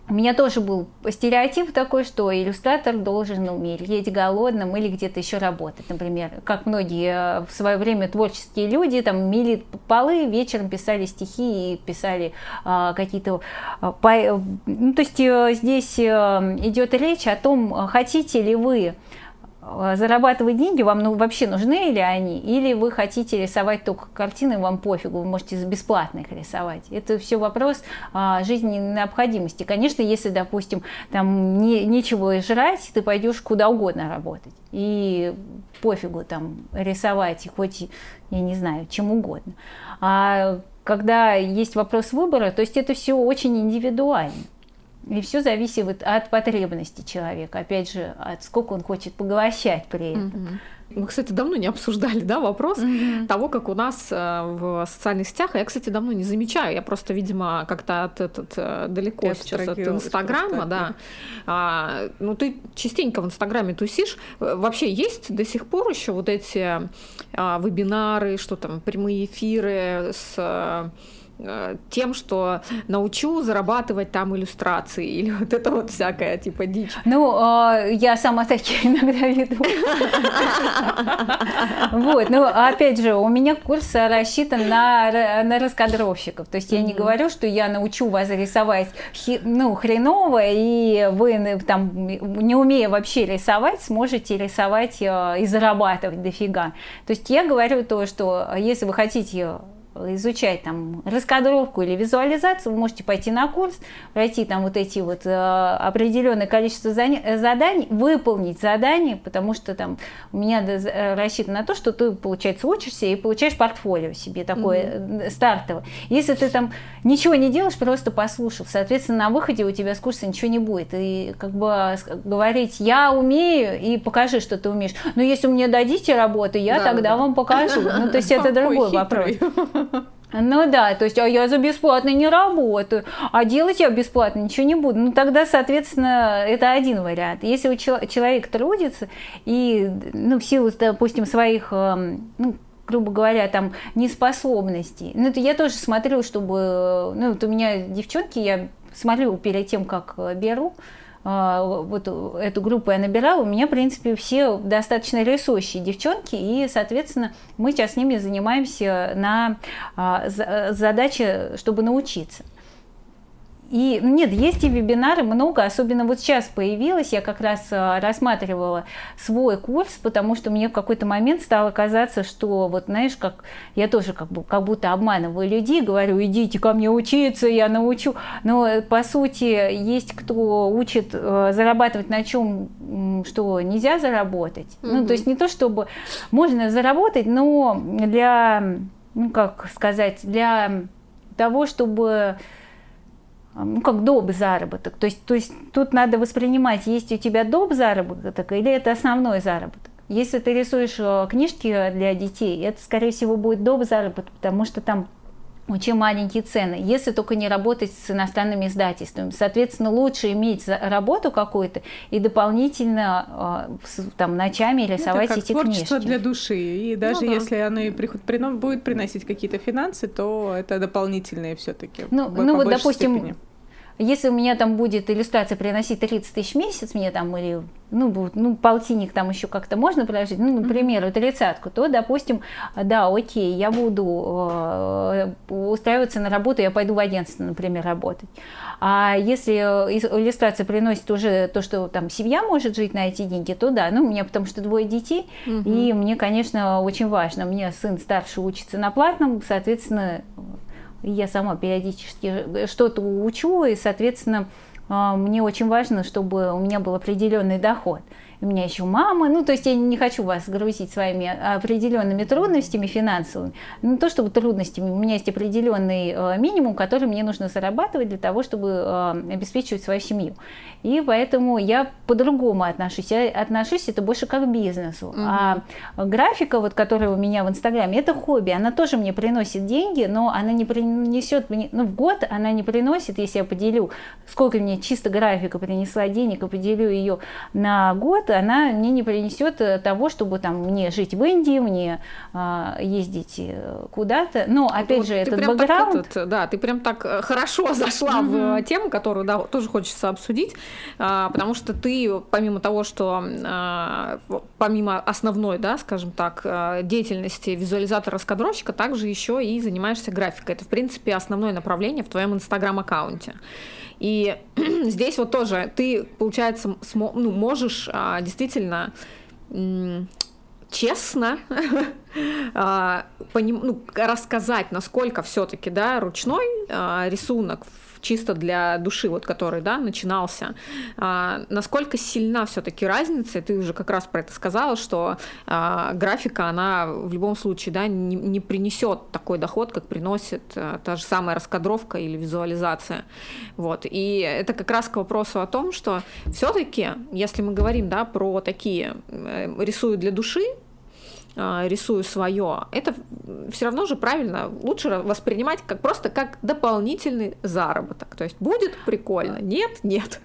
У меня тоже был стереотип такой, что иллюстратор должен умереть голодным или где-то еще работать. Например, как многие в свое время творческие люди, там, мели полы, вечером писали стихи и писали а, какие-то... А, по... Ну, то есть здесь идет речь о том, хотите ли вы зарабатывать деньги, вам ну, вообще нужны ли они, или вы хотите рисовать только картины, вам пофигу, вы можете бесплатно их рисовать. Это все вопрос а, жизненной необходимости. Конечно, если, допустим, там не, нечего жрать, ты пойдешь куда угодно работать. И пофигу там рисовать, хоть, я не знаю, чем угодно. А когда есть вопрос выбора, то есть это все очень индивидуально. И все зависит от потребностей человека, опять же, от сколько он хочет поглощать при этом. Mm-hmm. Мы, кстати, давно не обсуждали, да, вопрос mm-hmm. того, как у нас в социальных сетях, я, кстати, давно не замечаю, я просто, видимо, как-то от этот, далеко ты сейчас от Инстаграма, да. А, ну, ты частенько в Инстаграме тусишь. Вообще есть до сих пор еще вот эти а, вебинары, что там, прямые эфиры с... тем, что научу зарабатывать там иллюстрации или вот это вот всякая типа дичь. Ну, я сама такие иногда веду. Вот, ну, опять же, у меня курс рассчитан на, на раскадровщиков, то есть я не говорю, что я научу вас рисовать ну, хреново, и вы там, не умея вообще рисовать, сможете рисовать и зарабатывать дофига. То есть я говорю то, что если вы хотите изучать там раскадровку или визуализацию, вы можете пойти на курс, пройти там вот эти вот э, определенное количество заданий, выполнить задание, потому что там у меня рассчитано на то, что ты, получается, учишься и получаешь портфолио себе такое mm-hmm. стартовое. Если ты там ничего не делаешь, просто послушал, соответственно, на выходе у тебя с курса ничего не будет. И как бы говорить, я умею, и покажи, что ты умеешь. Но если мне дадите работу, я да, тогда да. вам покажу. Ну, то есть это другой вопрос. Ну да, то есть а я за бесплатно не работаю, а делать я бесплатно ничего не буду. Ну тогда, соответственно, это один вариант. Если у человек трудится и, ну, в силу, допустим, своих, ну, грубо говоря, там, неспособностей, ну, это я тоже смотрю, чтобы, ну, вот у меня девчонки, я смотрю перед тем, как беру, вот эту группу я набирала, у меня, в принципе, все достаточно рисующие девчонки, и, соответственно, мы сейчас с ними занимаемся на задаче, чтобы научиться. И нет, есть и вебинары много, особенно вот сейчас появилось, я как раз рассматривала свой курс, потому что мне в какой-то момент стало казаться, что вот, знаешь, как я тоже как, бы, как будто обманываю людей, говорю, идите ко мне учиться, я научу, но по сути есть кто учит зарабатывать на чем, что нельзя заработать, mm-hmm. ну то есть не то чтобы можно заработать, но для, ну как сказать, для того, чтобы ну, как доп. Заработок. То есть, то есть тут надо воспринимать, есть у тебя доп. Заработок или это основной заработок. Если ты рисуешь книжки для детей, это, скорее всего, будет доп. Заработок, потому что там очень маленькие цены, если только не работать с иностранными издательствами. Соответственно, лучше иметь работу какую-то и дополнительно там, ночами рисовать это эти как книжки. Творчество для души. И даже ну, да. если оно и приход, прино, будет приносить какие-то финансы, то это дополнительные все-таки. Ну, ну вот, допустим, степени. Если у меня там будет иллюстрация приносить тридцать тысяч в месяц, мне там, или, ну, ну, полтинник там еще как-то можно прожить, ну, например, тридцатку, то, допустим, да, окей, я буду э, устраиваться на работу, я пойду в агентство, например, работать. А если иллюстрация приносит уже то, что там семья может жить на эти деньги, то да, ну, у меня потому что двое детей, угу. и мне, конечно, очень важно, у меня сын старший учится на платном, соответственно, я сама периодически что-то учу, и, соответственно, мне очень важно, чтобы у меня был определенный доход. У меня еще мама, ну, то есть я не хочу вас грузить своими определенными трудностями финансовыми, не то чтобы трудностями, у меня есть определенный минимум, который мне нужно зарабатывать для того, чтобы обеспечивать свою семью. И поэтому я по-другому отношусь. Я отношусь это больше как к бизнесу. Угу. А графика, вот, которая у меня в Инстаграме, это хобби. Она тоже мне приносит деньги, но она не принесет мне, ну, в год она не приносит, если я поделю, сколько мне чисто графика принесла денег, и поделю ее на год, принесет, она мне не принесет того, чтобы там мне жить в Индии, мне а, ездить куда-то. Но опять вот же этот бэкграунд. Этот, да, ты прям так хорошо зашла mm-hmm. в тему, которую да, тоже хочется обсудить, а, потому что ты помимо того, что а, помимо основной, да, скажем так, деятельности визуализатора-раскадровщика, также еще и занимаешься графикой. Это в принципе основное направление в твоем инстаграм-аккаунте. И здесь вот тоже ты, получается, смо- ну, можешь а, действительно м- честно а, поним- ну, рассказать, насколько все-таки да, ручной а, рисунок чисто для души, вот который да, начинался, а, насколько сильна все-таки разница, и ты уже как раз про это сказала, что а, графика, она в любом случае да, не, не принесет такой доход, как приносит а, та же самая раскадровка или визуализация. Вот. И это как раз к вопросу о том, что все-таки, если мы говорим да, про такие э, рисую для души, рисую свое, это все равно же правильно, лучше воспринимать как просто как дополнительный заработок. То есть будет прикольно, нет, нет.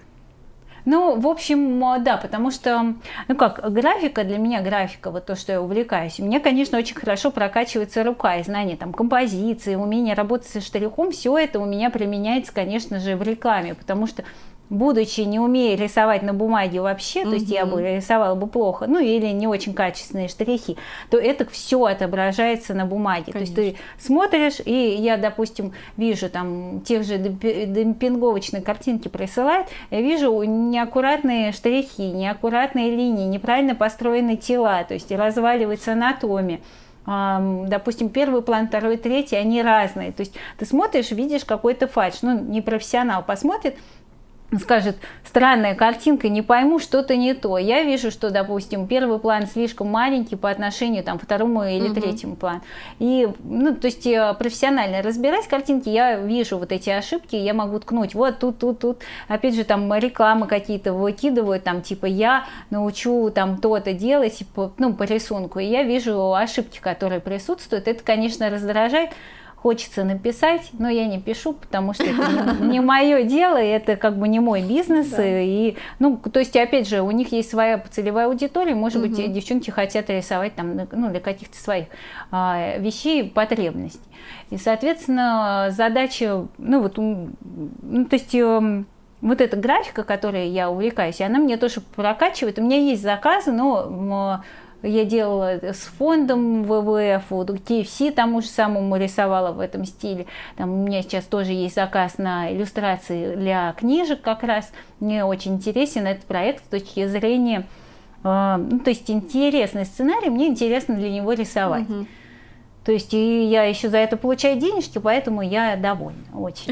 Ну, в общем, да, потому что, ну как, графика, для меня графика, вот то, что я увлекаюсь, у меня, конечно, очень хорошо прокачивается рука, и знание там композиции, умение работать со штрихом, все это у меня применяется, конечно же, в рекламе, потому что будучи не умея рисовать на бумаге вообще, mm-hmm. то есть я бы рисовала бы плохо, ну или не очень качественные штрихи, то это все отображается на бумаге. Конечно. То есть ты смотришь, и я, допустим, вижу там тех же демпинговочные картинки присылают, я вижу неаккуратные штрихи, неаккуратные линии, неправильно построенные тела, то есть разваливается анатомия. Допустим, первый план, второй, третий, они разные. То есть ты смотришь, видишь какой-то фальшь, ну не профессионал посмотрит, скажет, странная картинка, не пойму, что-то не то. Я вижу, что, допустим, первый план слишком маленький по отношению там, второму или uh-huh. третьему плану. И, ну, то есть профессионально разбирать картинки, я вижу вот эти ошибки, я могу ткнуть вот тут, тут, тут. Опять же, там рекламы какие-то выкидывают, там, типа, я научу там то-то делать, по, ну, по рисунку, и я вижу ошибки, которые присутствуют. Это, конечно, раздражает. Хочется написать, но я не пишу, потому что это не, не мое дело, это как бы не мой бизнес. Да. И, ну, то есть, опять же, у них есть своя целевая аудитория, может угу. быть, девчонки хотят рисовать там, ну, для каких-то своих а, вещей, потребностей. И, соответственно, задача, ну, вот, ну, то есть... Вот эта графика, которой я увлекаюсь, она мне тоже прокачивает. У меня есть заказы, но я делала с фондом вэ вэ эф, вот, кей эф си тому же самому рисовала в этом стиле. Там у меня сейчас тоже есть заказ на иллюстрации для книжек как раз. Мне очень интересен этот проект с точки зрения, э, ну, то есть интересный сценарий, мне интересно для него рисовать. Угу. То есть и я еще за это получаю денежки, поэтому я довольна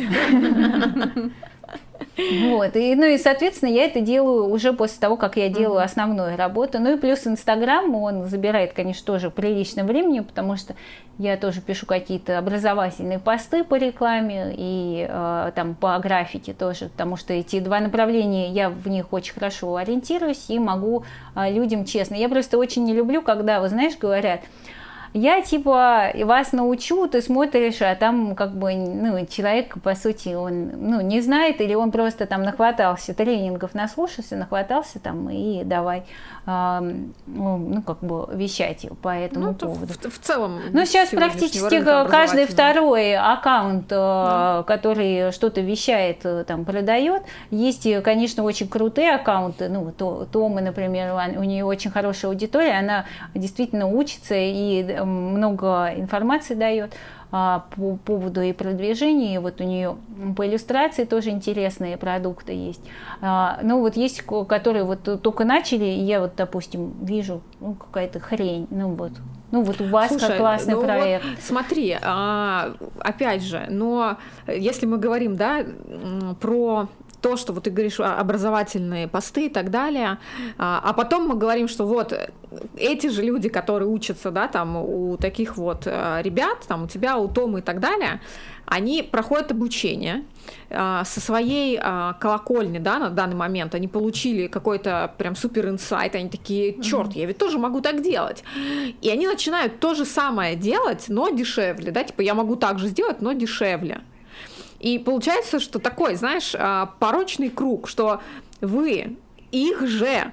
очень. Вот, и, ну и, соответственно, я это делаю уже после того, как я делаю основную работу. Ну и плюс Инстаграм, он забирает, конечно, тоже приличное времени, потому что я тоже пишу какие-то образовательные посты по рекламе и э, там по графике тоже, потому что эти два направления, я в них очень хорошо ориентируюсь и могу э, людям честно. Я просто очень не люблю, когда, вы знаешь, говорят... Я типа вас научу, ты смотришь, а там как бы ну, человек, по сути, он ну, не знает, или он просто там нахватался тренингов, наслушался, нахватался там и давай э, ну, как бы вещать по этому ну, поводу. В, в целом. Ну, сейчас практически каждый второй аккаунт, да. который что-то вещает, там, продает. Есть, конечно, очень крутые аккаунты. Ну, Тома, например, у нее очень хорошая аудитория, она действительно учится и много информации дает а, по поводу и продвижения, и вот у нее по иллюстрации тоже интересные продукты есть. А, ну вот есть, которые вот только начали, и я вот, допустим, вижу ну, какая-то хрень, ну вот. Ну вот у вас Слушай, как классный ну проект. Вот, смотри, а, опять же, но если мы говорим, да, про то, что вот ты говоришь, образовательные посты и так далее, а потом мы говорим, что вот эти же люди, которые учатся, да, там у таких вот ребят, там у тебя, у Тома и так далее, они проходят обучение со своей колокольни, да, на данный момент, они получили какой-то прям супер инсайт, они такие, черт, я ведь тоже могу так делать. И они начинают то же самое делать, но дешевле, да, типа я могу так же сделать, но дешевле. И получается, что такой, знаешь, порочный круг, что вы их же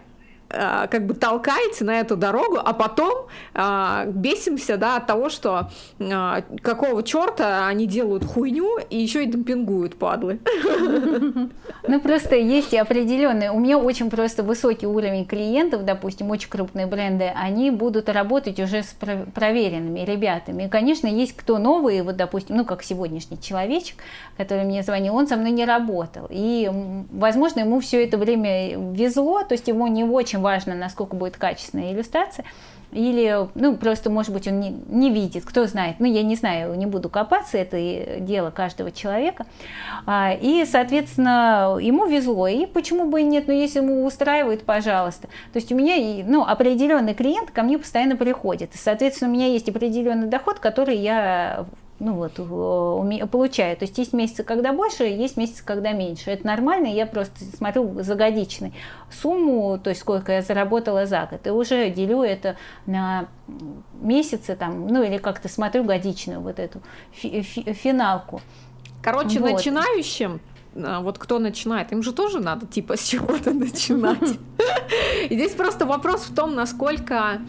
как бы толкаете на эту дорогу, а потом бесимся, да, от того, что какого черта они делают хуйню и еще и демпингуют, падлы. Ну, просто есть определенные... У меня очень просто высокий уровень клиентов, допустим, очень крупные бренды, они будут работать уже с проверенными ребятами. И, конечно, есть кто новый, вот, допустим, ну, как сегодняшний человечек, который мне звонил, он со мной не работал. И, возможно, ему все это время везло, то есть ему не очень важно, насколько будет качественная иллюстрация, или, ну, просто, может быть, он не, не видит, кто знает, ну, я не знаю, не буду копаться, это дело каждого человека, и, соответственно, ему везло, и почему бы и нет, но если ему устраивает, пожалуйста. То есть у меня, ну, определенный клиент ко мне постоянно приходит, и, соответственно, у меня есть определенный доход, который я... ну вот, получаю. То есть есть месяцы, когда больше, есть месяцы, когда меньше. Это нормально, я просто смотрю за годичной сумму, то есть сколько я заработала за год, и уже делю это на месяцы, там, ну или как-то смотрю годичную вот эту фи- фи- финалку. Короче, вот. Начинающим, вот кто начинает, им же тоже надо типа с чего-то начинать. И здесь просто вопрос в том, насколько...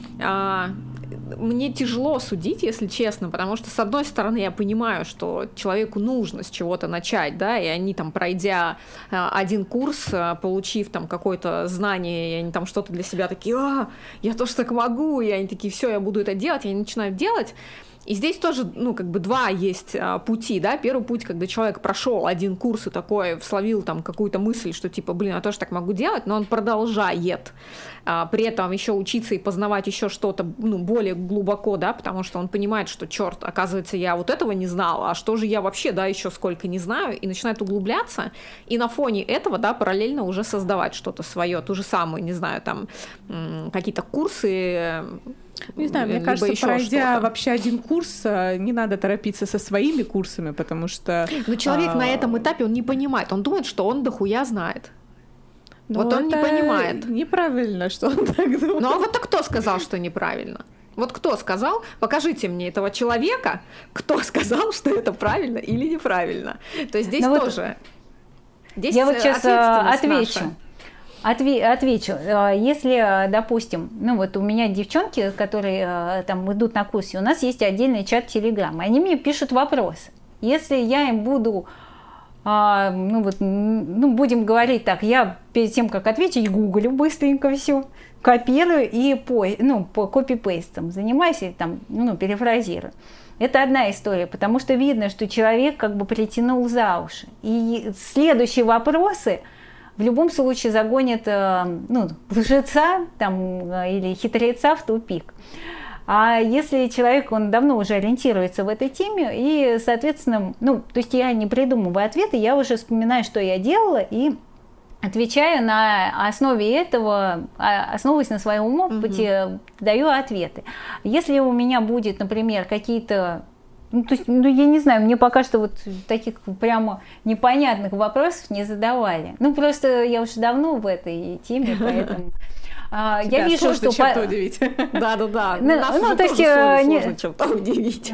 Мне тяжело судить, если честно, потому что, с одной стороны, я понимаю, что человеку нужно с чего-то начать, да, и они там, пройдя один курс, получив там какое-то знание, и они там что-то для себя такие, а, я тоже так могу, и они такие, все, я буду это делать, и они начинают делать. И здесь тоже, ну, как бы два есть а, пути, да, первый путь, когда человек прошел один курс и такой, словил там какую-то мысль, что типа, блин, я тоже так могу делать, но он продолжает а, при этом еще учиться и познавать еще что-то, ну, более глубоко, да, потому что он понимает, что, черт, оказывается, я вот этого не знала, а что же я вообще, да, еще сколько не знаю, и начинает углубляться, и на фоне этого, да, параллельно уже создавать что-то свое, ту же самую, не знаю, там, м- какие-то курсы. Не знаю, мне кажется, пройдя что-то. вообще один курс, не надо торопиться со своими курсами, потому что... Но человек а... на этом этапе, он не понимает, он думает, что он дохуя знает. Но вот он не понимает. Неправильно, что он так думает. Ну а вот кто сказал, что неправильно? Вот кто сказал, покажите мне этого человека, кто сказал, что это правильно или неправильно. То есть здесь Но тоже... Вот здесь я вот сейчас отвечу. Наша. Отве- отвечу. Если, допустим, ну вот у меня девчонки, которые там идут на курсе, у нас есть отдельный чат Telegram, они мне пишут вопросы. Если я им буду, ну вот, ну будем говорить так, я перед тем, как ответить, гуглю быстренько все, копирую и по, ну, по копи-пейстам занимаюсь и там, ну, перефразирую. Это одна история, потому что видно, что человек как бы притянул за уши. И следующие вопросы в любом случае загонят, ну, лжеца там, или хитреца в тупик. А если человек, он давно уже ориентируется в этой теме, и, соответственно, ну, то есть я не придумываю ответы, я уже вспоминаю, что я делала, и отвечаю на основе этого, основываясь на своем опыте, mm-hmm. даю ответы. Если у меня будет, например, какие-то... Ну, то есть, ну, я не знаю, мне пока что вот таких прямо непонятных вопросов не задавали. Ну, просто я уже давно в этой теме, поэтому... Тебя я вижу, что чем-то по... удивить. Да-да-да. Ну, Нас ну, уже то тоже есть, сложно не... чем-то удивить.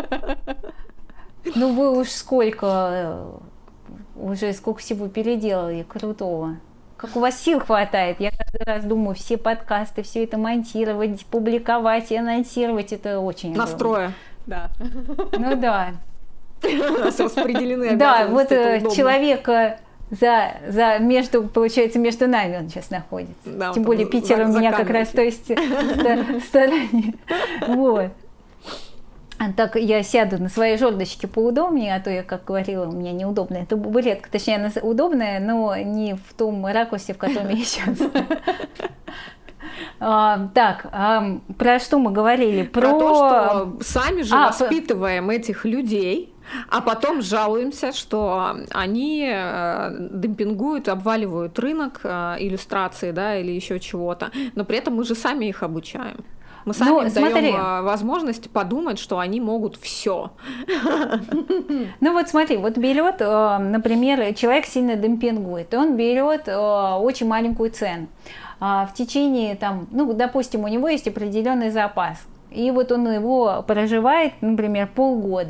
Ну, вы уж сколько... Уже сколько всего переделали крутого. Как у вас сил хватает. Я каждый раз думаю, все подкасты, все это монтировать, публиковать и анонсировать, это очень... Настроя. Да. Ну да. У нас распределены обязанности. Да, вот человека за, за между, получается, между нами он сейчас находится. Да, Тем более Питер у меня как раз в той стороне. Вот. Так я сяду на своей жердочке поудобнее, а то я, как говорила, у меня неудобная табуретка, точнее, она удобная, но не в том ракурсе, в котором я сейчас. А, так, а, про что мы говорили? Про, про то, что сами же а, воспитываем по... этих людей, а потом жалуемся, что они э, демпингуют, обваливают рынок э, иллюстрации, да, или еще чего-то, но при этом мы же сами их обучаем. Мы сами ну, даем смотри. возможность подумать, что они могут все. Ну вот смотри, вот берет, например, человек сильно демпингует, он берет очень маленькую цену. В течение, там, ну, допустим, у него есть определенный запас, и вот он его проживает, например, полгода, и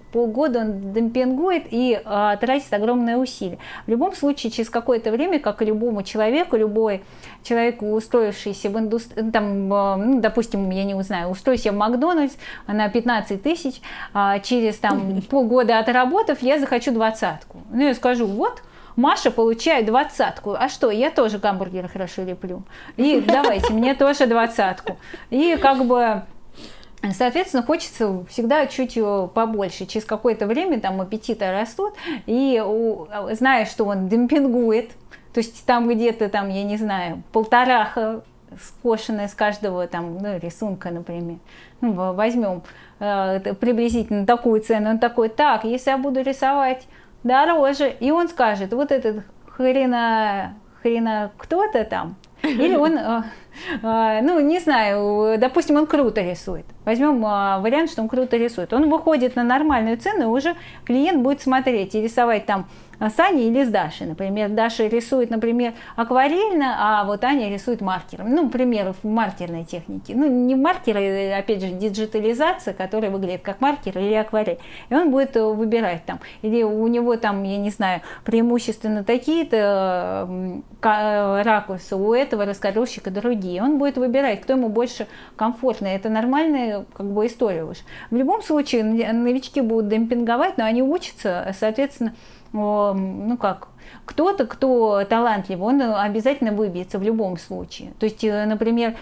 полгода он демпингует и а, тратит огромные усилия. В любом случае, через какое-то время, как и любому человеку, любой человек, устроившийся в индустрии, там, ну, допустим, я не знаю, устроился в Макдональдс на пятнадцать тысяч, а, через там, полгода отработав, я захочу двадцатку. Ну, я скажу, вот, Маша получает двадцатку. А что, я тоже гамбургеры хорошо леплю. И давайте, мне тоже двадцатку. И как бы... Соответственно, хочется всегда чуть побольше. Через какое-то время там аппетиты растут, и зная, что он демпингует, то есть там где-то, там, я не знаю, полтораха скошенная с каждого там, ну, рисунка, например. Ну, возьмем э, приблизительно такую цену. Он такой, так, если я буду рисовать дороже, и он скажет, вот этот хрена, хрена кто-то там, или он, э, э, ну, не знаю, допустим, он круто рисует. Возьмем э, вариант, что он круто рисует. Он выходит на нормальную цену, и уже клиент будет смотреть и рисовать там с Аней или с Дашей. Например, Даша рисует, например, акварельно, а вот Аня рисует маркером. Ну, например, в маркерной технике. Ну, не маркеры, опять же, диджитализация, которая выглядит как маркер или акварель. И он будет выбирать там. Или у него там, я не знаю, преимущественно такие-то ракурсы, у этого раскадровщика другие. Он будет выбирать, кто ему больше комфортно. Это нормальная как бы история уже. В любом случае, новички будут демпинговать, но они учатся, соответственно, ну как, кто-то, кто талантлив, он обязательно выбьется в любом случае. То есть, например,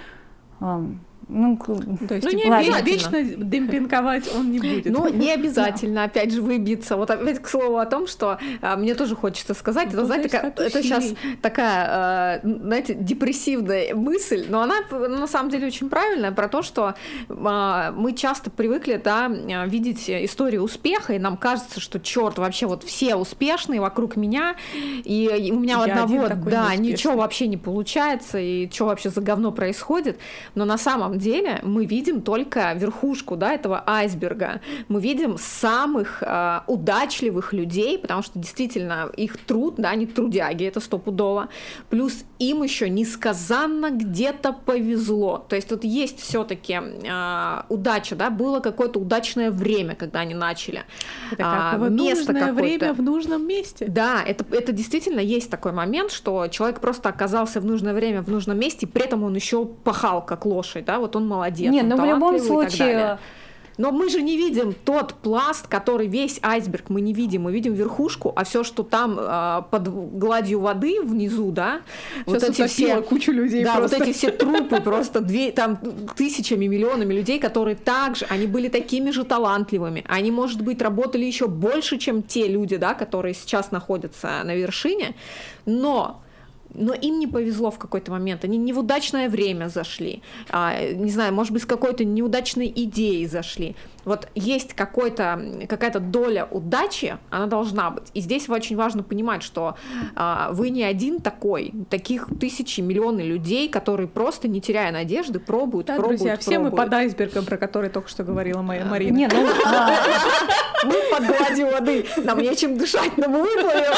ну, то есть, ну, не вечно демпинговать он не будет. Ну, не обязательно, опять же, выбиться. Вот опять к слову о том, что а, мне тоже хочется сказать, ну, это, знаете, такая, это сейчас такая, знаете, депрессивная мысль, но она на самом деле очень правильная, про то, что а, мы часто привыкли, да, видеть истории успеха, и нам кажется, что, черт, вообще вот все успешные вокруг меня, и у меня Я одного, да, ничего вообще не получается, и что вообще за говно происходит, но на самом деле мы видим только верхушку, да, этого айсберга. Мы видим самых э, удачливых людей, потому что действительно их труд, да, они трудяги, это стопудово. Плюс им еще несказанно где-то повезло. То есть тут есть все-таки э, удача, да, было какое-то удачное время, когда они начали. Это как а, место нужное время в нужном месте. Да, это, это действительно есть такой момент, что человек просто оказался в нужное время в нужном месте, и при этом он еще пахал как лошадь, да, вот он молодец. Нет, он но в любом случае... Но мы же не видим тот пласт, который весь айсберг мы не видим. Мы видим верхушку, а все, что там э, под гладью воды внизу, да, вот эти все кучу людей, да, просто. Вот эти все трупы просто две, там тысячами, миллионами людей, которые также, они были такими же талантливыми, они, может быть, работали еще больше, чем те люди, да, которые сейчас находятся на вершине, но Но им не повезло в какой-то момент, они не в удачное время зашли, а, не знаю, может быть, с какой-то неудачной идеей зашли. Вот есть какой-то, какая-то доля удачи, она должна быть. И здесь очень важно понимать, что а, вы не один такой, таких тысячи, миллионы людей, которые просто, не теряя надежды, пробуют, да, пробуют, друзья, все пробуют. мы под айсбергом, про который только что говорила моя Марина. Не, ну, мы под гладью воды, нам нечем дышать, но мы выплывем.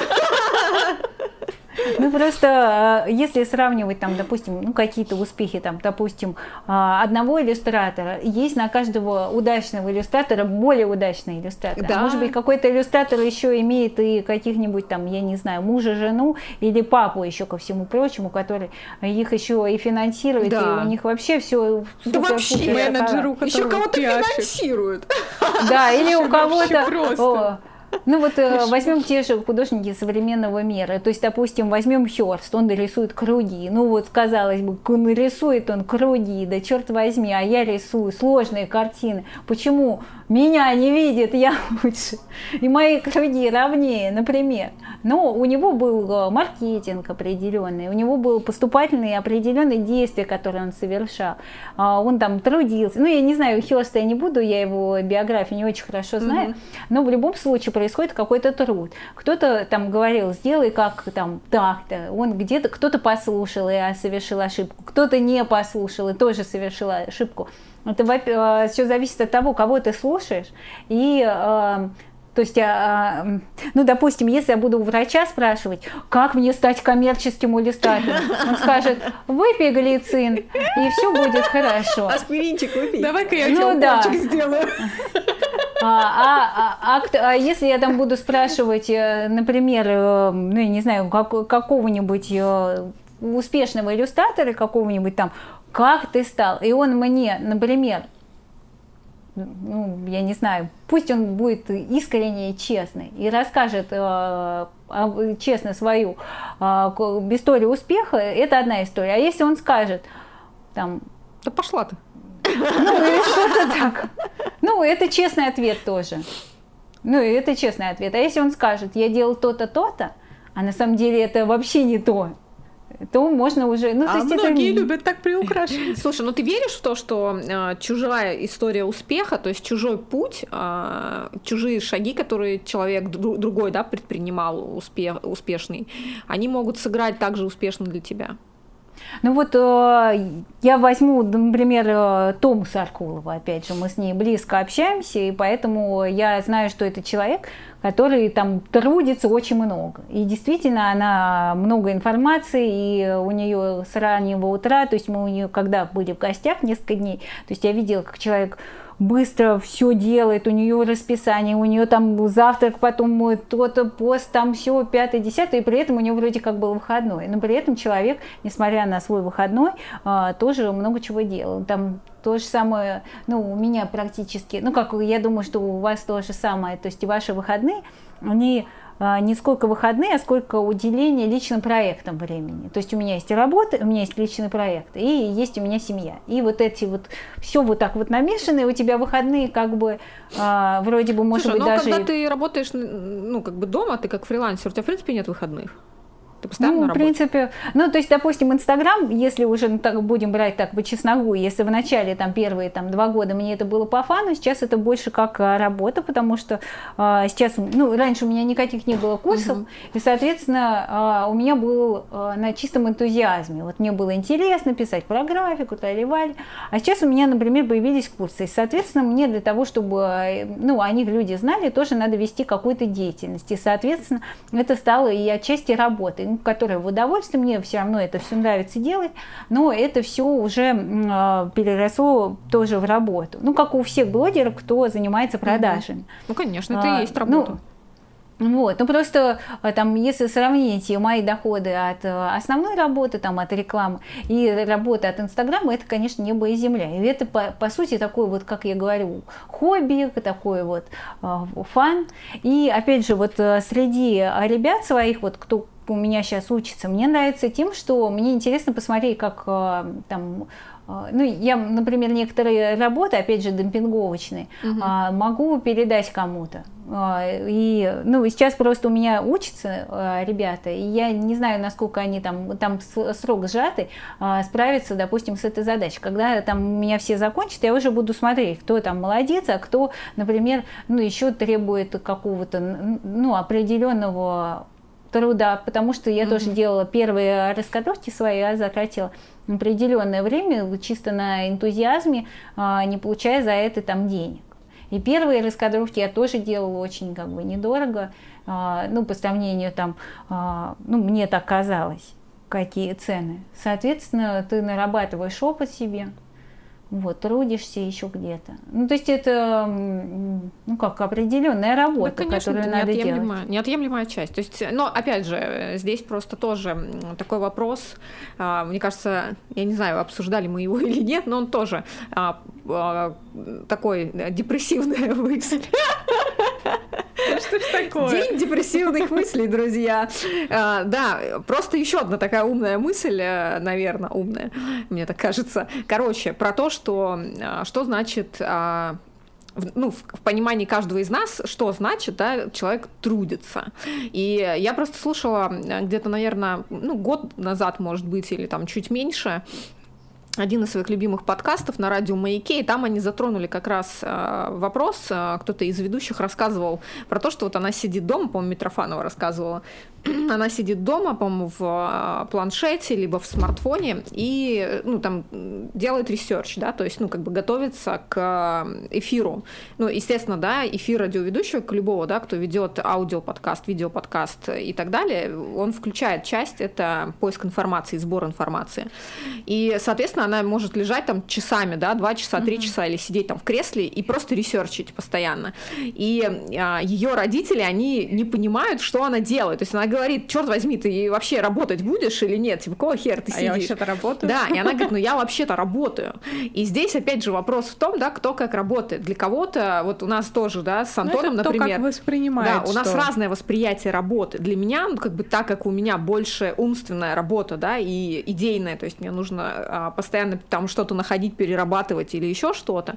Ну, просто, если сравнивать, там, допустим, ну, какие-то успехи, там, допустим, одного иллюстратора, есть на каждого удачного иллюстратора более удачный иллюстратор. Да. А может быть, какой-то иллюстратор еще имеет и каких-нибудь, там, я не знаю, мужа, жену или папу еще ко всему прочему, который их еще и финансирует, да. И у них вообще все... Да вообще, менеджеру, еще кого-то финансируют. Да, или у кого-то... Ну вот возьмем те же художники современного мира, то есть, допустим, возьмем Хёрст, он рисует круги, ну вот, казалось бы, нарисует он круги, да черт возьми, а я рисую сложные картины, почему меня не видит, я лучше, и мои круги ровнее, например. Но у него был маркетинг определенный, у него был поступательные определенные действия, которые он совершал, он там трудился, ну я не знаю, Хёрста я не буду, я его биографию не очень хорошо знаю, mm-hmm. но в любом случае происходит какой-то труд. Кто-то там говорил, сделай как там так-то, он где-то, кто-то послушал и совершил ошибку, кто-то не послушал и тоже совершил ошибку. Это все зависит от того, кого ты слушаешь. И, э, то есть, э, ну, допустим, если я буду у врача спрашивать, как мне стать коммерческим иллюстратором, он скажет, выпей глицин, и все будет хорошо. Аспиринчик выпей. Давай-ка я ну, тебе укольчик да. сделаю. А, а, а, а, а если я там буду спрашивать, например, ну, я не знаю, как, какого-нибудь успешного иллюстратора, какого-нибудь там, как ты стал? И он мне, например, ну, я не знаю, пусть он будет искренне и честный и расскажет э, честно свою э, историю успеха, это одна история. А если он скажет, там... Да пошла ты. Ну, или что-то так. Ну, это честный ответ тоже. Ну, это честный ответ. А если он скажет, я делал то-то, то-то, а на самом деле это вообще не то, то можно уже... Ну, а то есть многие это... любят так приукрашивать. Слушай, ну ты веришь в то, что э, чужая история успеха, то есть чужой путь, э, чужие шаги, которые человек дру- другой, да, предпринимал успех, успешный, они могут сыграть так же успешно для тебя? Ну вот э, я возьму, например, э, Тому Саркулова, опять же, мы с ней близко общаемся, и поэтому я знаю, что это человек, который там трудится очень много. И действительно, она много информации, и у нее с раннего утра, то есть мы у нее, когда были в гостях несколько дней, то есть я видела, как человек быстро все делает, у нее расписание, у нее там завтрак, потом то-то, пост, там все, пятое, десятое, и при этом у нее вроде как был выходной. Но при этом человек, несмотря на свой выходной, тоже много чего делал. Там то же самое, ну, у меня практически, ну, как я думаю, что у вас то же самое, то есть ваши выходные, они не сколько выходные, а сколько уделения личным проектам времени. То есть у меня есть работа, у меня есть личный проект, и есть у меня семья. И вот эти вот, все вот так вот намешаны, у тебя выходные как бы а, вроде бы, может Слушай, быть, но даже... когда ты работаешь, ну, как бы дома, ты как фрилансер, у тебя, в принципе, нет выходных. Ты постоянно ну, на в принципе, ну, то есть, допустим, Инстаграм, если уже ну, так будем брать так по чесногу, если в начале, там, первые там, два года мне это было по фану, сейчас это больше как работа, потому что а, сейчас, ну, раньше у меня никаких не было курсов, uh-huh. и, соответственно, а, у меня был а, на чистом энтузиазме. Вот мне было интересно писать про графику, трали-вали. А сейчас у меня, например, появились курсы, и, соответственно, мне для того, чтобы, ну, о них люди знали, тоже надо вести какую-то деятельность, и, соответственно, это стало и отчасти работой, которое в удовольствие, мне все равно это все нравится делать, но это все уже э, переросло тоже в работу. Ну, как у всех блогеров, кто занимается продажами. Ну, конечно, это а, и есть работа. Ну, вот, ну просто там, если сравнить мои доходы от основной работы, там, от рекламы и работы от Инстаграма, это, конечно, небо и земля. И это, по, по сути, такой вот, как я говорю, хобби, такой вот э, фан. И, опять же, вот среди ребят своих, вот кто у меня сейчас учится, мне нравится тем, что мне интересно посмотреть, как там... Ну, я, например, некоторые работы, опять же, демпинговочные, uh-huh. могу передать кому-то. И, ну, сейчас просто у меня учатся ребята, и я не знаю, насколько они там, там срок сжатый, справятся, допустим, с этой задачей. Когда там у меня все закончат, я уже буду смотреть, кто там молодец, а кто, например, ну, еще требует какого-то, ну, определенного труда, потому что я mm-hmm. тоже делала первые раскадровки свои, я затратила определенное время чисто на энтузиазме, не получая за это там денег. И первые раскадровки я тоже делала очень как бы недорого, ну, по сравнению там, ну, мне так казалось, какие цены. Соответственно, ты нарабатываешь опыт себе, вот, трудишься еще где-то. Ну, то есть это, ну, как определенная работа, да, конечно, которую надо делать. Неотъемлемая часть. То есть, но, опять же, здесь просто тоже такой вопрос, мне кажется, я не знаю, обсуждали мы его или нет, но он тоже такой депрессивная мысль. Что ж такое? День депрессивных мыслей, друзья. А, да, просто еще одна такая умная мысль, наверное, умная, мне так кажется. Короче, про то, что, что значит, а, в, ну, в, в понимании каждого из нас, что значит, да, человек трудится. И я просто слушала где-то, наверное, ну, год назад, может быть, или там чуть меньше, один из своих любимых подкастов на радио «Маяке», и там они затронули как раз э, вопрос, э, кто-то из ведущих рассказывал про то, что вот она сидит дома, по-моему, Митрофанова рассказывала, она сидит дома, по-моему, в планшете, либо в смартфоне, и, ну, там, делает ресерч, да, то есть, ну, как бы готовится к эфиру. Ну, естественно, да, эфир радиоведущего, к любого, да, кто ведет аудиоподкаст, видеоподкаст и так далее, он включает часть, это поиск информации, сбор информации. И, соответственно, она может лежать там часами, да, два часа, три часа, или сидеть там в кресле и просто ресерчить постоянно. И а, ее родители, они не понимают, что она делает. То есть она говорит: черт возьми, ты вообще работать будешь или нет? Типа, какого хера ты а сидишь? Я вообще-то работаю. Да, и она говорит: ну я вообще-то работаю. И здесь опять же вопрос в том, да, кто как работает. Для кого-то, вот у нас тоже, да, с Антоном, ну, это например. Кто как воспринимает. Да, у нас что... разное восприятие работы. Для меня, ну, как бы так как у меня больше умственная работа, да, и идейная, то есть мне нужно а, постоянно там что-то находить, перерабатывать или еще что-то.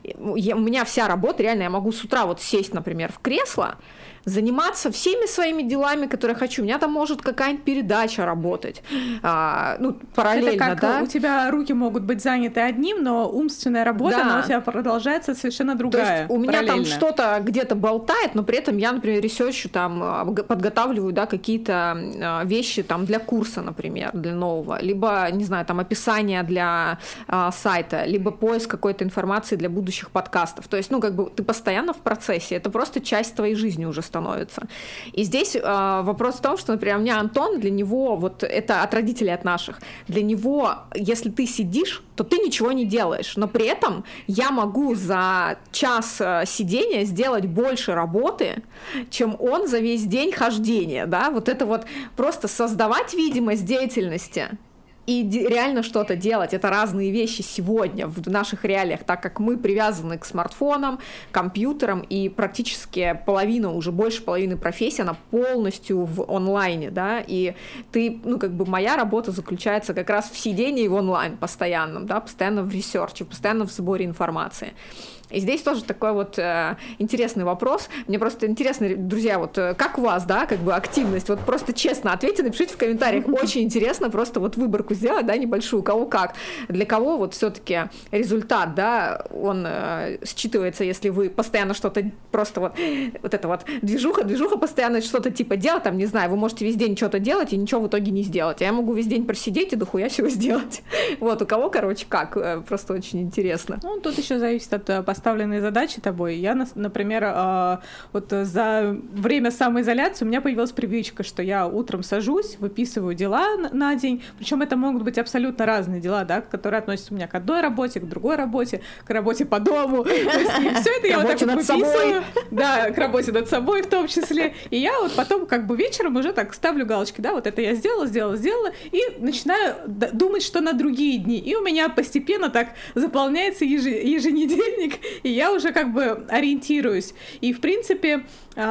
Я, у меня вся работа, реально, я могу с утра вот сесть, например, в кресло, заниматься всеми своими делами, которые хочу. У меня там может какая-нибудь передача работать. А, ну, параллельно, это как да? У тебя руки могут быть заняты одним, но умственная работа, да. она у тебя продолжается совершенно другая. То есть у меня там что-то где-то болтает, но при этом я, например, ресерчу, там, подготавливаю, да, какие-то вещи там для курса, например, для нового, либо, не знаю, там, описание для а, сайта, либо поиск какой-то информации для будущих подкастов. То есть, ну, как бы ты постоянно в процессе, это просто часть твоей жизни уже становится. И здесь э, вопрос в том, что, например, у меня Антон, для него, вот это от родителей, от наших, для него, если ты сидишь, то ты ничего не делаешь, но при этом я могу за час сидения сделать больше работы, чем он за весь день хождения, да, вот это вот просто создавать видимость деятельности и реально что-то делать. Это разные вещи сегодня в наших реалиях, так как мы привязаны к смартфонам, компьютерам, и практически половина, уже больше половины профессии, она полностью в онлайне, да, и ты, ну, как бы моя работа заключается как раз в сидении в онлайн постоянном, да, постоянно в ресерче, постоянно в сборе информации. И здесь тоже такой вот э, интересный вопрос. Мне просто интересно, друзья, вот э, как у вас, да, как бы активность? Вот просто честно ответьте, напишите в комментариях. Очень интересно просто вот выборку сделать, да, небольшую, у кого как. Для кого вот все-таки результат, да, он э, считывается, если вы постоянно что-то просто вот, вот это вот движуха, движуха постоянно что-то типа делать, там, не знаю, вы можете весь день что-то делать и ничего в итоге не сделать. А я могу весь день просидеть и дохуя всего сделать. Вот, у кого, короче, как? Просто очень интересно. Ну, тут еще зависит от поставленные задачи тобой. Я, например, вот за время самоизоляции у меня появилась привычка, что я утром сажусь, выписываю дела на день, причем это могут быть абсолютно разные дела, да, которые относятся у меня к одной работе, к другой работе, к работе по дому. То есть все это я вот так вот выписываю. Да, к работе над собой в том числе. И я вот потом как бы вечером уже так ставлю галочки, да, вот это я сделала, сделала, сделала, и начинаю думать, что на другие дни. И у меня постепенно так заполняется еженедельник, и я уже как бы ориентируюсь. И, в принципе,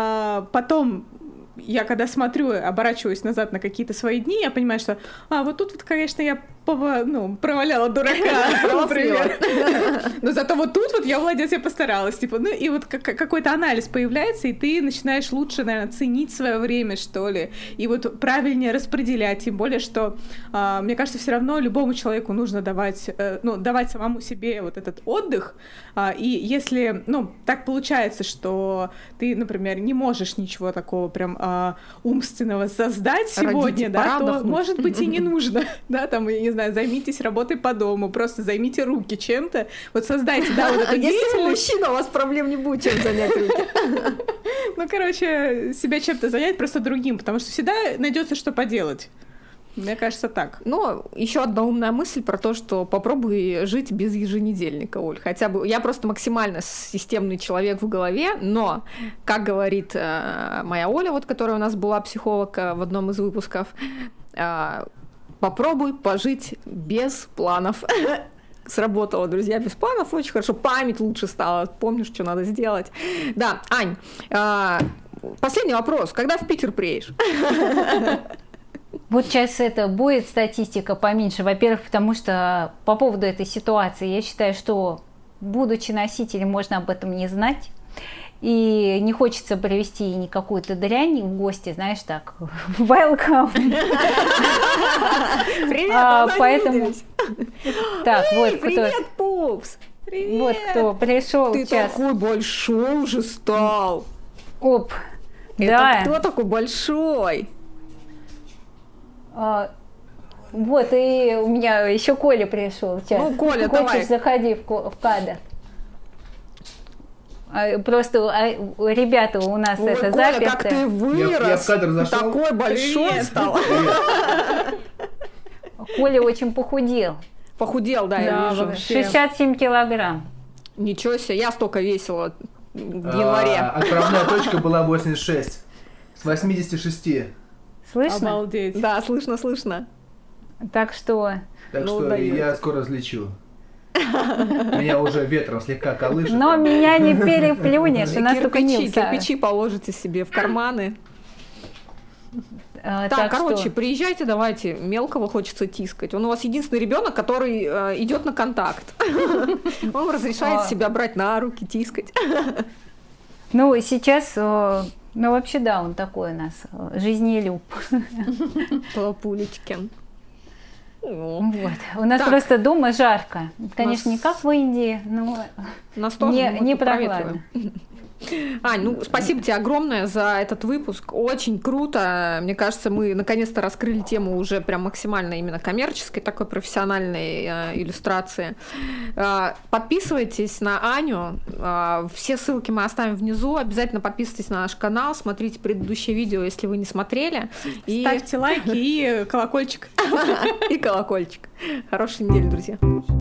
потом я когда смотрю, оборачиваюсь назад на какие-то свои дни, я понимаю, что, а, вот тут вот, конечно, я ну, проваляла дурака, например. Но зато вот тут вот я молодец, я постаралась. Типа, ну и вот какой-то анализ появляется, и ты начинаешь лучше, наверное, ценить свое время, что ли, и вот правильнее распределять. Тем более, что, э, мне кажется, все равно любому человеку нужно давать, э, ну, давать самому себе вот этот отдых. Э, и если, ну, так получается, что ты, например, не можешь ничего такого прям э, умственного создать сегодня, да, то, может быть, и не нужно, да, там, я не знаю, займитесь работой по дому, просто займите руки чем-то, вот создайте, да, вот эту деятельность. Если мужчина, у вас проблем не будет, чем занять руки. Ну, короче, себя чем-то занять просто другим, потому что всегда найдется, что поделать. Мне кажется, так. Ну, еще одна умная мысль про то, что попробуй жить без еженедельника, Оль. Хотя бы я просто максимально системный человек в голове, но, как говорит э, моя Оля, вот, которая у нас была психолог в одном из выпусков, э, попробуй пожить без планов. Сработало, друзья, без планов очень хорошо. Память лучше стала, помнишь, что надо сделать. Да, Ань, э, последний вопрос. Когда в Питер приедешь? Вот сейчас это будет статистика поменьше. Во-первых, потому что по поводу этой ситуации я считаю, что, будучи носителем, можно об этом не знать. И не хочется привезти ни какую-то дрянь в гости, знаешь, так, welcome. Привет, а, поэтому... Так, Эй, вот, привет, кто... пупс! Привет! Вот кто пришел Ты сейчас. такой большой уже стал. Оп, Это да. кто такой большой? А, вот, и у меня еще Коля пришел. Сейчас. Ну, Коля, Хочешь, давай. заходи в, в кадр. А, просто а, ребята у нас Ой, это Коля, заперты. как ты вырос, Я- я в кадр зашел. такой большой Привет. стал. Коля очень похудел. Похудел, да, я Да, вижу. вообще. шестьдесят семь килограмм. Ничего себе, я столько весила в А, январе. Отправная точка была восемьдесят шесть. С восьмидесяти шести. Слышно? Обалдеть. Да, слышно, слышно. Так что Так Ну, что даёт. я скоро взлечу. Меня уже ветром слегка колышет. но меня не переплюнешь, у нас только Кирпичи, Нилса. кирпичи положите себе в карманы. А, Так, так короче, что- приезжайте, давайте. Мелкого хочется тискать. Он у вас единственный ребенок, который э, идет на контакт. Он разрешает А. себя брать на руки, тискать. Ну, сейчас, э, ну, вообще, да, он такой у нас, э, жизнелюб. Папулечки. О, Вот. У нас Так. просто дома жарко. Конечно, нас- не как в Индии, но Нас тоже не, мы не тут проветриваем. прохладно. Ань, ну спасибо тебе огромное за этот выпуск. Очень круто. Мне кажется, мы наконец-то раскрыли тему уже прям максимально именно коммерческой, такой профессиональной э, иллюстрации. Э, подписывайтесь на Аню. Э, все ссылки мы оставим внизу. Обязательно подписывайтесь на наш канал, смотрите предыдущее видео, если вы не смотрели. И, Ставьте лайки и колокольчик. и колокольчик. Хорошей недели, друзья.